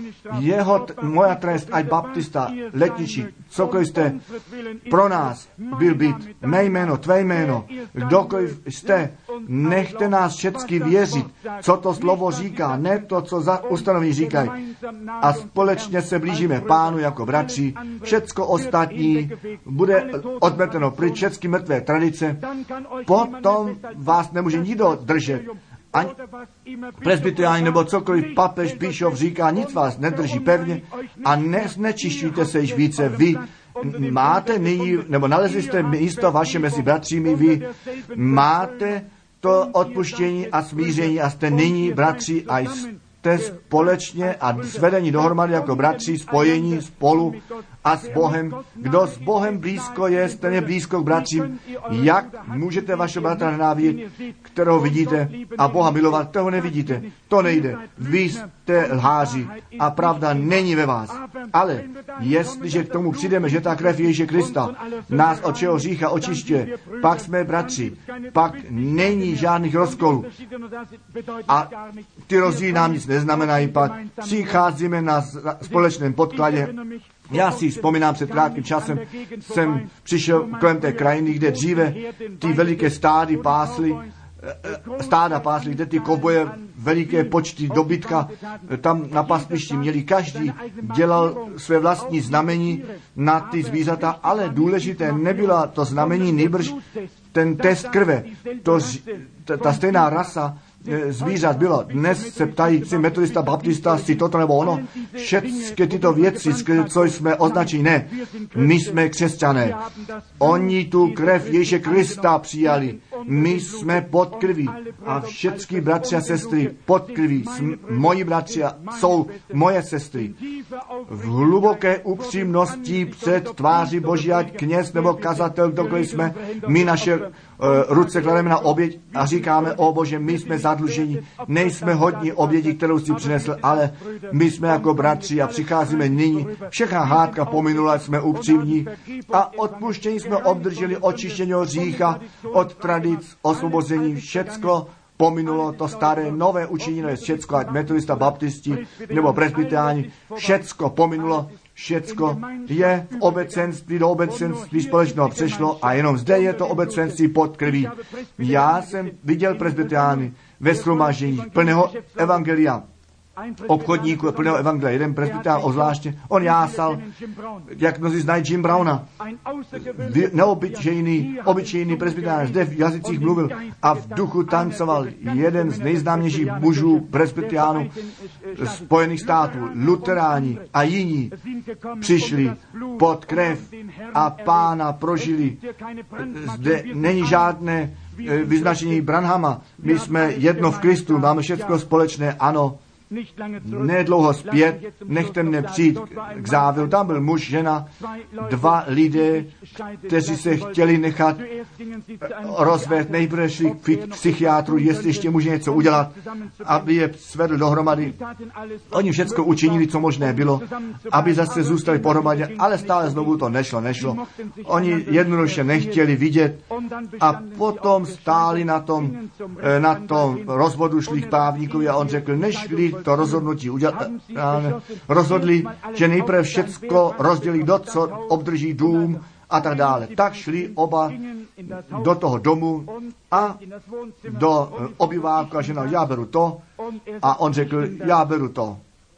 moja trest, ať baptista, letničí, cokoliv jste, pro nás byl bit, mé jméno, tvé jméno, kdokoliv jste, nechte nás všechny věřit, co to slovo říká, ne to, co ustanoví říkají. A společně se blížíme Pánu jako bratři, všecko ostatní bude odmeteno pryč, všechny mrtvé tradice, potom vás nemůže nikdo držet. Ani presbyteriáni nebo cokoliv papež, bíšov říká, nic vás nedrží pevně a nečišťujte se již více. Vy máte nyní, nebo nalezli jste místo vaše mezi bratřími, vy máte to odpuštění a smíření a jste nyní bratři a jste společně a svedení dohromady jako bratři, spojení spolu a s Bohem. Kdo s Bohem blízko je, ten je blízko k bratřím. Jak můžete vašeho bratra nenávidět, kterého vidíte, a Boha milovat, toho nevidíte? To nejde. Vy jste lháři a pravda není ve vás. Ale jestliže k tomu přijdeme, že ta krev Ježíše Krista nás od čeho hřícha očišťuje, pak jsme bratři, pak není žádných rozkolů. A ty rozdíly nám nic neznamenají, pak přicházíme na společném podkladě. Já si vzpomínám, před krátkým časem jsem přišel kolem té krajiny, kde dříve ty veliké stády pásly stáda pásli, kde ty kovboje, veliké počty dobytka tam na pastvišti měli. Každý dělal své vlastní znamení na ty zvířata, ale důležité nebyla to znamení, nejbrž ten test krve. Ta stejná rasa zvířat bylo. Dnes se ptají si metodista, baptista, si toto nebo ono. Všechny tyto věci, co jsme označili, ne. My jsme křesťané. Oni tu krev Ježíše Krista přijali. My jsme pod krví. A všechny bratři a sestry pod krví. Moji bratři jsou moje sestry. V hluboké upřímnosti před tváří Boží, ať kněz nebo kazatel, kdokoliv jsme, my naše ruce klademe na oběť a říkáme, o Bože, my jsme zadlužení, nejsme hodní oběti, kterou si přinesl, ale my jsme jako bratři a přicházíme nyní. Všechna hádka pominula, jsme upřímní a odpuštění jsme obdrželi, očištění od hřícha, od tradic, osvobození, všecko pominulo, to staré, nové učinilo je všecko, ať metodista, baptisti nebo presbytáni, všecko pominulo, všecko je v obecenství, do obecenství společného přešlo a jenom zde je to obecenství pod krví. Já jsem viděl presbytány ve shromáždění plného evangelia, obchodníků plného evangelia. Jeden presbytán ozvláště, on jásal, jak mnozí znají Jim Browna. Obyčejný presbytán zde v jazycích mluvil a v duchu tancoval. Jeden z nejznámějších mužů presbytánů Spojených států, luteráni a jiní přišli pod krev a Pána prožili. Zde není žádné vyznačení Branhama. My jsme jedno v Kristu, máme všechno společné, ano. Nedlouho zpět, nechte mne přijít k závěru. Tam byl muž, žena, dva lidé, kteří se chtěli nechat rozvést. Nejprve šli k psychiatru, jestli ještě může něco udělat, aby je svedl dohromady. Oni všechno učinili, co možné bylo, aby zase zůstali pohromadě, ale stále znovu to nešlo. Oni jednoduše nechtěli vidět a potom stáli na tom rozvodu, šli k pávníkovi a on řekl, nešli to rozhodnutí rozhodli, že nejprve všecko rozdělí, kdo co obdrží dům a tak dále. Tak šli oba do toho domu a do obyváku a žena, já beru to a on řekl, já beru to.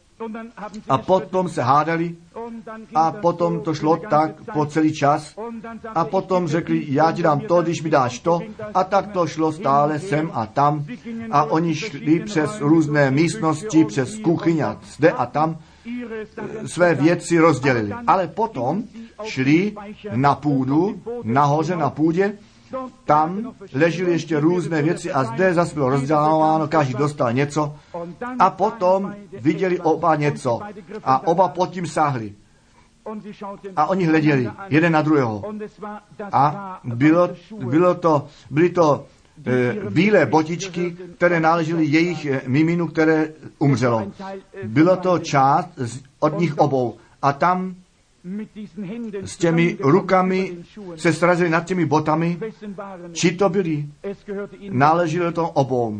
A potom se hádali a potom to šlo tak po celý čas a potom řekli, já ti dám to, když mi dáš to a tak to šlo stále sem a tam a oni šli přes různé místnosti, přes kuchyň a zde a tam své věci rozdělili. Ale potom šli na půdu, nahoře na půdě, tam ležely ještě různé věci a zde zase bylo rozděláno, každý dostal něco a potom viděli oba něco a oba pod tím sáhli. A oni hleděli jeden na druhého. A byly to bílé botičky, které náležely jejich miminu, které umřelo. Bylo to část od nich obou. A tam s těmi rukami se srazili nad těmi botami. Či to byli? Náleželo to obou.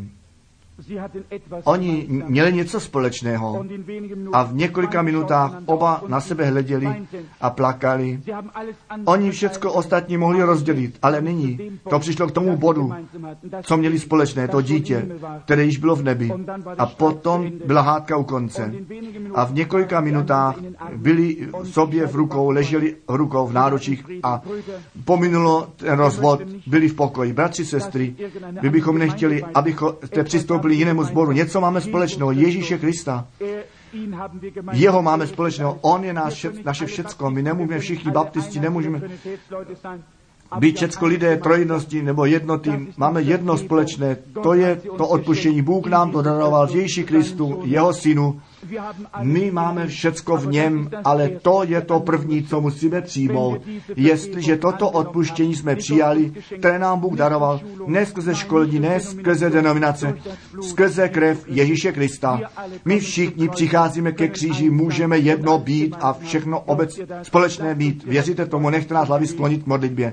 Oni měli něco společného a v několika minutách oba na sebe hleděli a plakali. Oni všecko ostatní mohli rozdělit, ale nyní to přišlo k tomu bodu, co měli společné, to dítě, které již bylo v nebi. A potom byla hádka u konce. A v několika minutách byli sobě v rukou, leželi v rukou v náručích a pominulo ten rozvod, byli v pokoji. Bratři, sestry, my bychom nechtěli, abychom přistoupili jinému sboru. Něco máme společného. Ježíše Krista. Jeho máme společného. On je naše všecko. My nemůžeme všichni baptisti, nemůžeme být všecko lidé trojnosti nebo jednoty. Máme jedno společné. To je to odpuštění. Bůh nám to daroval v Ježíši Kristu, jeho synu. My máme všecko v něm, ale to je to první, co musíme přijmout. Jestliže toto odpuštění jsme přijali, které nám Bůh daroval, ne skrze školní, ne skrze denominace, skrze krev Ježíše Krista. My všichni přicházíme ke kříži, můžeme jedno být a všechno společné mít. Věříte tomu, nechte nás hlavy sklonit k modlitbě.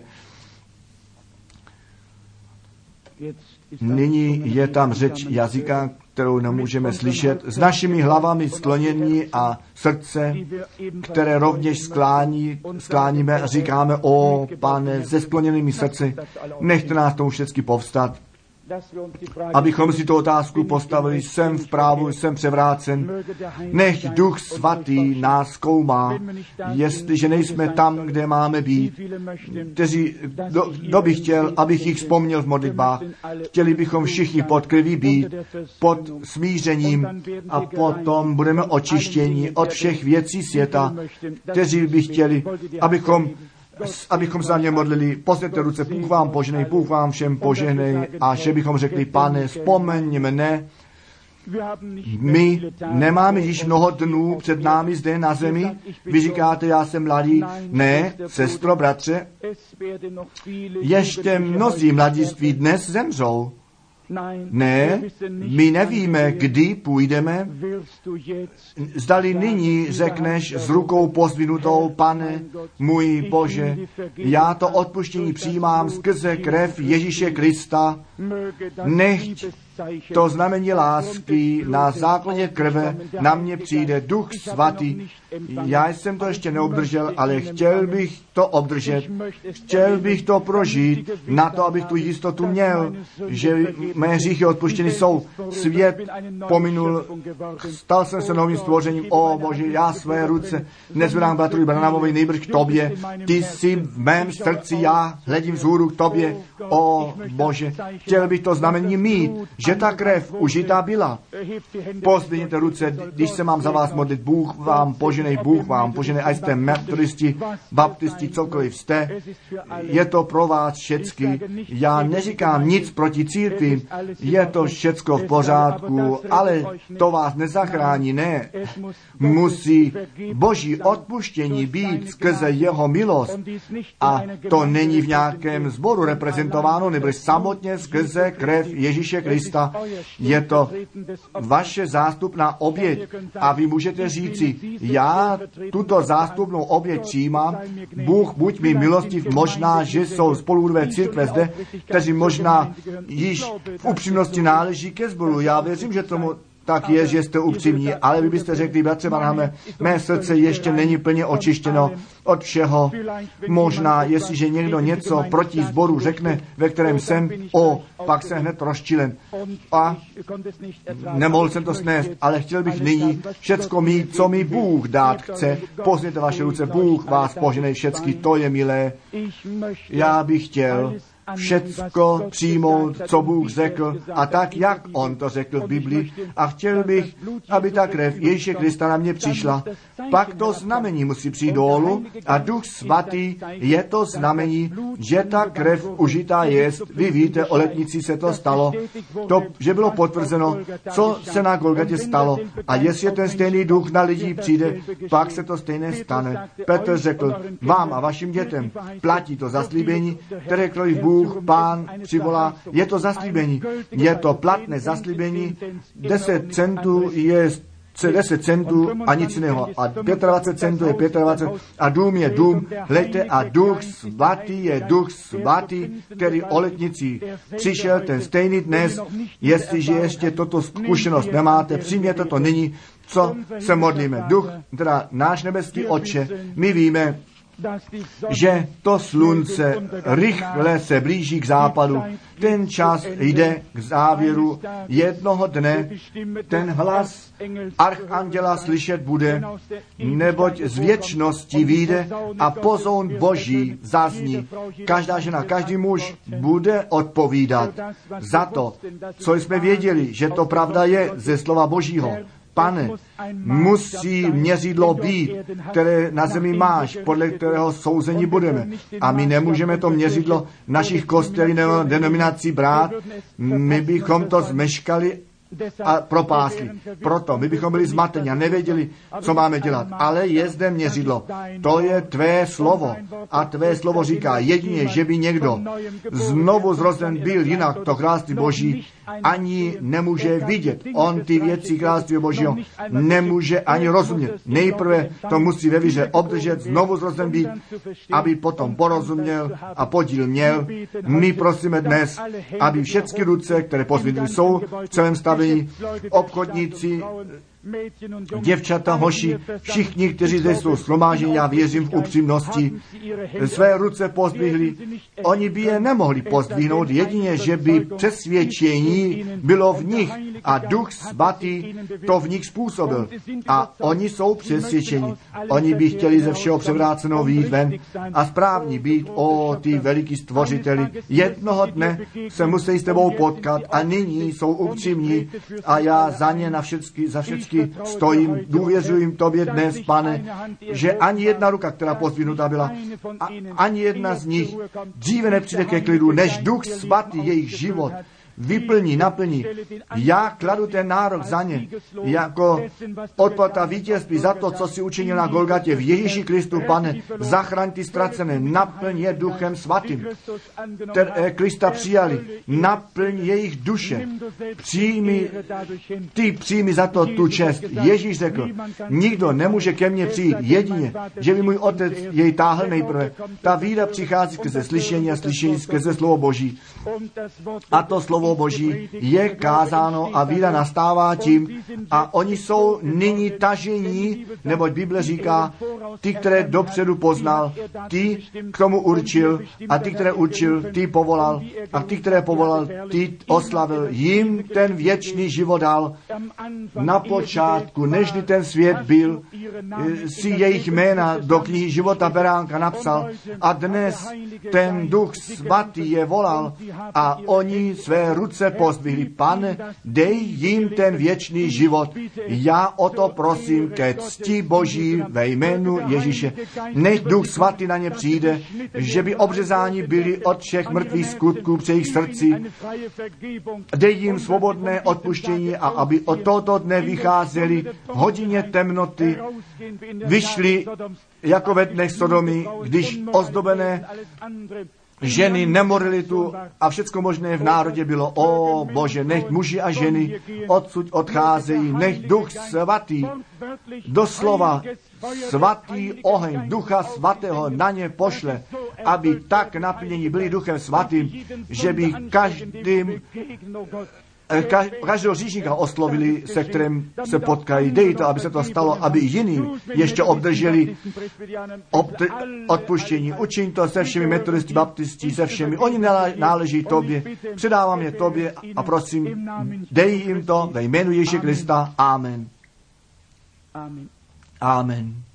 Nyní je tam řeč jazyka, kterou nemůžeme slyšet, s našimi hlavami sklonění a srdce, které rovněž skláníme a říkáme, o Pane, se skloněnými srdci, nechte nás tomu všechny povstat. abychom si tu otázku postavili, jsem v právu, jsem převrácen. Nech Duch Svatý nás zkoumá, jestliže nejsme tam, kde máme být. Kdo by chtěl, abych jich vzpomněl v modlitbách? Chtěli bychom všichni pod krví být, pod smířením a potom budeme očištěni od všech věcí světa, kteří by chtěli, abychom se na ně modlili. Pozněte ruce, Bůh vám požehnej, Bůh vám všem požehnej, a že bychom řekli, Pane, vzpomeň mne. My nemáme již mnoho dnů před námi zde na zemi. Vy říkáte, já jsem mladý. Ne, sestro, bratře, ještě mnozí mladiství dnes zemřou. Ne, my nevíme, kdy půjdeme. Zdali nyní řekneš s rukou pozdvinutou, Pane, můj Bože, já to odpuštění přijímám skrze krev Ježíše Krista. Nechť to znamení lásky na základě krve na mě přijde Duch Svatý. Já jsem to ještě neobdržel, ale chtěl bych to obdržet. Chtěl bych to prožít na to, abych tu jistotu měl, že mé hříchy odpuštěny jsou. Svět pominul, stal jsem se novým stvořením. O Bože, já své ruce nezvedám bratru Branhamovi, nejbrž k tobě. Ty jsi v mém srdci, já hledím vzhůru k tobě. O Bože, chtěl bych to znamení mít, že ta krev užitá byla. Pozdvihněte ruce, když se mám za vás modlit. Bůh vám poženej, ať jste metodisti, baptisti, cokoliv jste. Je to pro vás všecky. Já neříkám nic proti církvi, je to všecko v pořádku, ale to vás nezachrání, ne. Musí Boží odpuštění být skrze jeho milost. A to není v nějakém sboru reprezentováno, nebo samotně skrze krev Ježíše Krista. Je to vaše zástupná oběť a vy můžete říci, já tuto zástupnou oběť přijímám, Bůh buď mi milostiv, možná, že jsou spoludové církve zde, kteří možná již v upřímnosti náleží ke sboru. Já věřím, že tomu tak je, že jste upřímní, ale vy byste řekli, bratře Branhame, mé srdce ještě není plně očištěno od všeho. Možná, jestliže někdo něco proti sboru řekne, ve kterém jsem, pak jsem hned rozčilen. A nemohl jsem to snést, ale chtěl bych nyní všecko mít, co mi Bůh dát chce. Pozněte vaše ruce, Bůh vás poženej všecky, to je milé. Já bych chtěl všecko přijmout, co Bůh řekl, a tak, jak on to řekl v Biblii, a chtěl bych, aby ta krev Ježíše Krista na mě přišla. Pak to znamení musí přijít dolů a Duch Svatý je to znamení, že ta krev užitá jest. Vy víte, o letnici se to stalo, že bylo potvrzeno, co se na Golgatě stalo, a jestli ten stejný duch na lidi přijde, pak se to stejné stane. Petr řekl, vám a vašim dětem platí to zaslíbení, které Bůh, Pán přivolá, je to zaslíbení, je to platné zaslíbení, 10 centů je 10 centů a nic jiného. A 25 centů je 25 a dům je dům. Hleďte, a Duch Svatý je Duch Svatý, který o letnici přišel ten stejný dnes. Jestliže ještě toto zkušenost nemáte, přijměte to nyní, co se modlíme. Duch, teda náš nebeský Otče, my víme, že to slunce rychle se blíží k západu. Ten čas jde k závěru. Jednoho dne ten hlas archanděla slyšet bude, neboť z věčnosti vyjde a pozoun Boží zazní. Každá žena, každý muž bude odpovídat za to, co jsme věděli, že to pravda je ze slova Božího. Pane, musí měřidlo být, které na zemi máš, podle kterého souzení budeme. A my nemůžeme to měřidlo našich kostelů nebo denominací brát, my bychom to zmeškali a propásli. Proto my bychom byli zmateni a nevěděli, co máme dělat. Ale je zde měřidlo. To je tvé slovo. A tvé slovo říká jedině, že by někdo znovu zrozen byl, jinak to království Boží ani nemůže vidět. On ty věci království Božího nemůže ani rozumět. Nejprve to musí ve víře obdržet, znovu zrozen být, aby potom porozuměl a podíl měl. My prosíme dnes, aby všechny ruce, které pozvedly jsou v celém stavení, obchodníci, děvčata, hoši, všichni, kteří zde jsou shromážděni, já věřím v upřímnosti, své ruce pozdvihli. Oni by je nemohli pozdvihnout, jedině, že by přesvědčení bylo v nich a Duch Svatý to v nich způsobil. A oni jsou přesvědčeni. Oni by chtěli ze všeho převráceného vyjít ven a správní být, ty veliký stvořiteli. Jednoho dne se musí s tebou potkat a nyní jsou upřímní a já za ně za všechny stojím, důvěřuji tobě dnes, Pane, že ani jedna ruka, která pozdvihnuta byla, ani jedna z nich dříve nepřijde ke klidu, než Duch Svatý jejich život vyplní, naplní. Já kladu ten nárok za ně, jako odplata vítězství za to, co si učinil na Golgatě v Ježíši Kristu, Pane, zachraň ty ztracené, naplň je Duchem Svatým, které Krista přijali, naplň jejich duše, přijmi za to tu čest. Ježíš řekl, nikdo nemůže ke mně přijít, jedině, že by můj otec jej táhl nejprve. Ta víra přichází skrze slyšení a slyšení skrze slovo Boží. A to slovo Boží je kázáno a víra nastává tím a oni jsou nyní tažení, neboť Bible říká, ty, které dopředu poznal, ty k tomu určil a ty, které určil, ty povolal a ty, které povolal, ty oslavil. Jim ten věčný život dal na počátku, nežli ten svět byl, si jejich jména do knihy života beránka napsal a dnes ten Duch Svatý je volal a oni své ruce pozdvihli. Pane, dej jim ten věčný život. Já o to prosím ke cti Boží ve jménu Ježíše. Nech Duch Svatý na ně přijde, že by obřezáni byli od všech mrtvých skutků při jejich srdci. Dej jim svobodné odpuštění a aby od tohoto dne vycházeli v hodině temnoty, vyšli jako ve dnech Sodomy, když ozdobené ženy, nemoralitu a všecko možné v národě bylo. O Bože, nech muži a ženy odsud odcházejí, nech Duch Svatý, doslova svatý oheň Ducha Svatého na ně pošle, aby tak naplnění byli Duchem Svatým, že by každého říšníka oslovili, se kterým se potkají. Dej to, aby se to stalo, aby jiní ještě obdrželi odpuštění. Učiň to se všemi metodisty, baptisti, se všemi. Oni náleží tobě. Předávám je tobě a prosím, dej jim to ve jménu Ježíše Krista. Amen. Amen.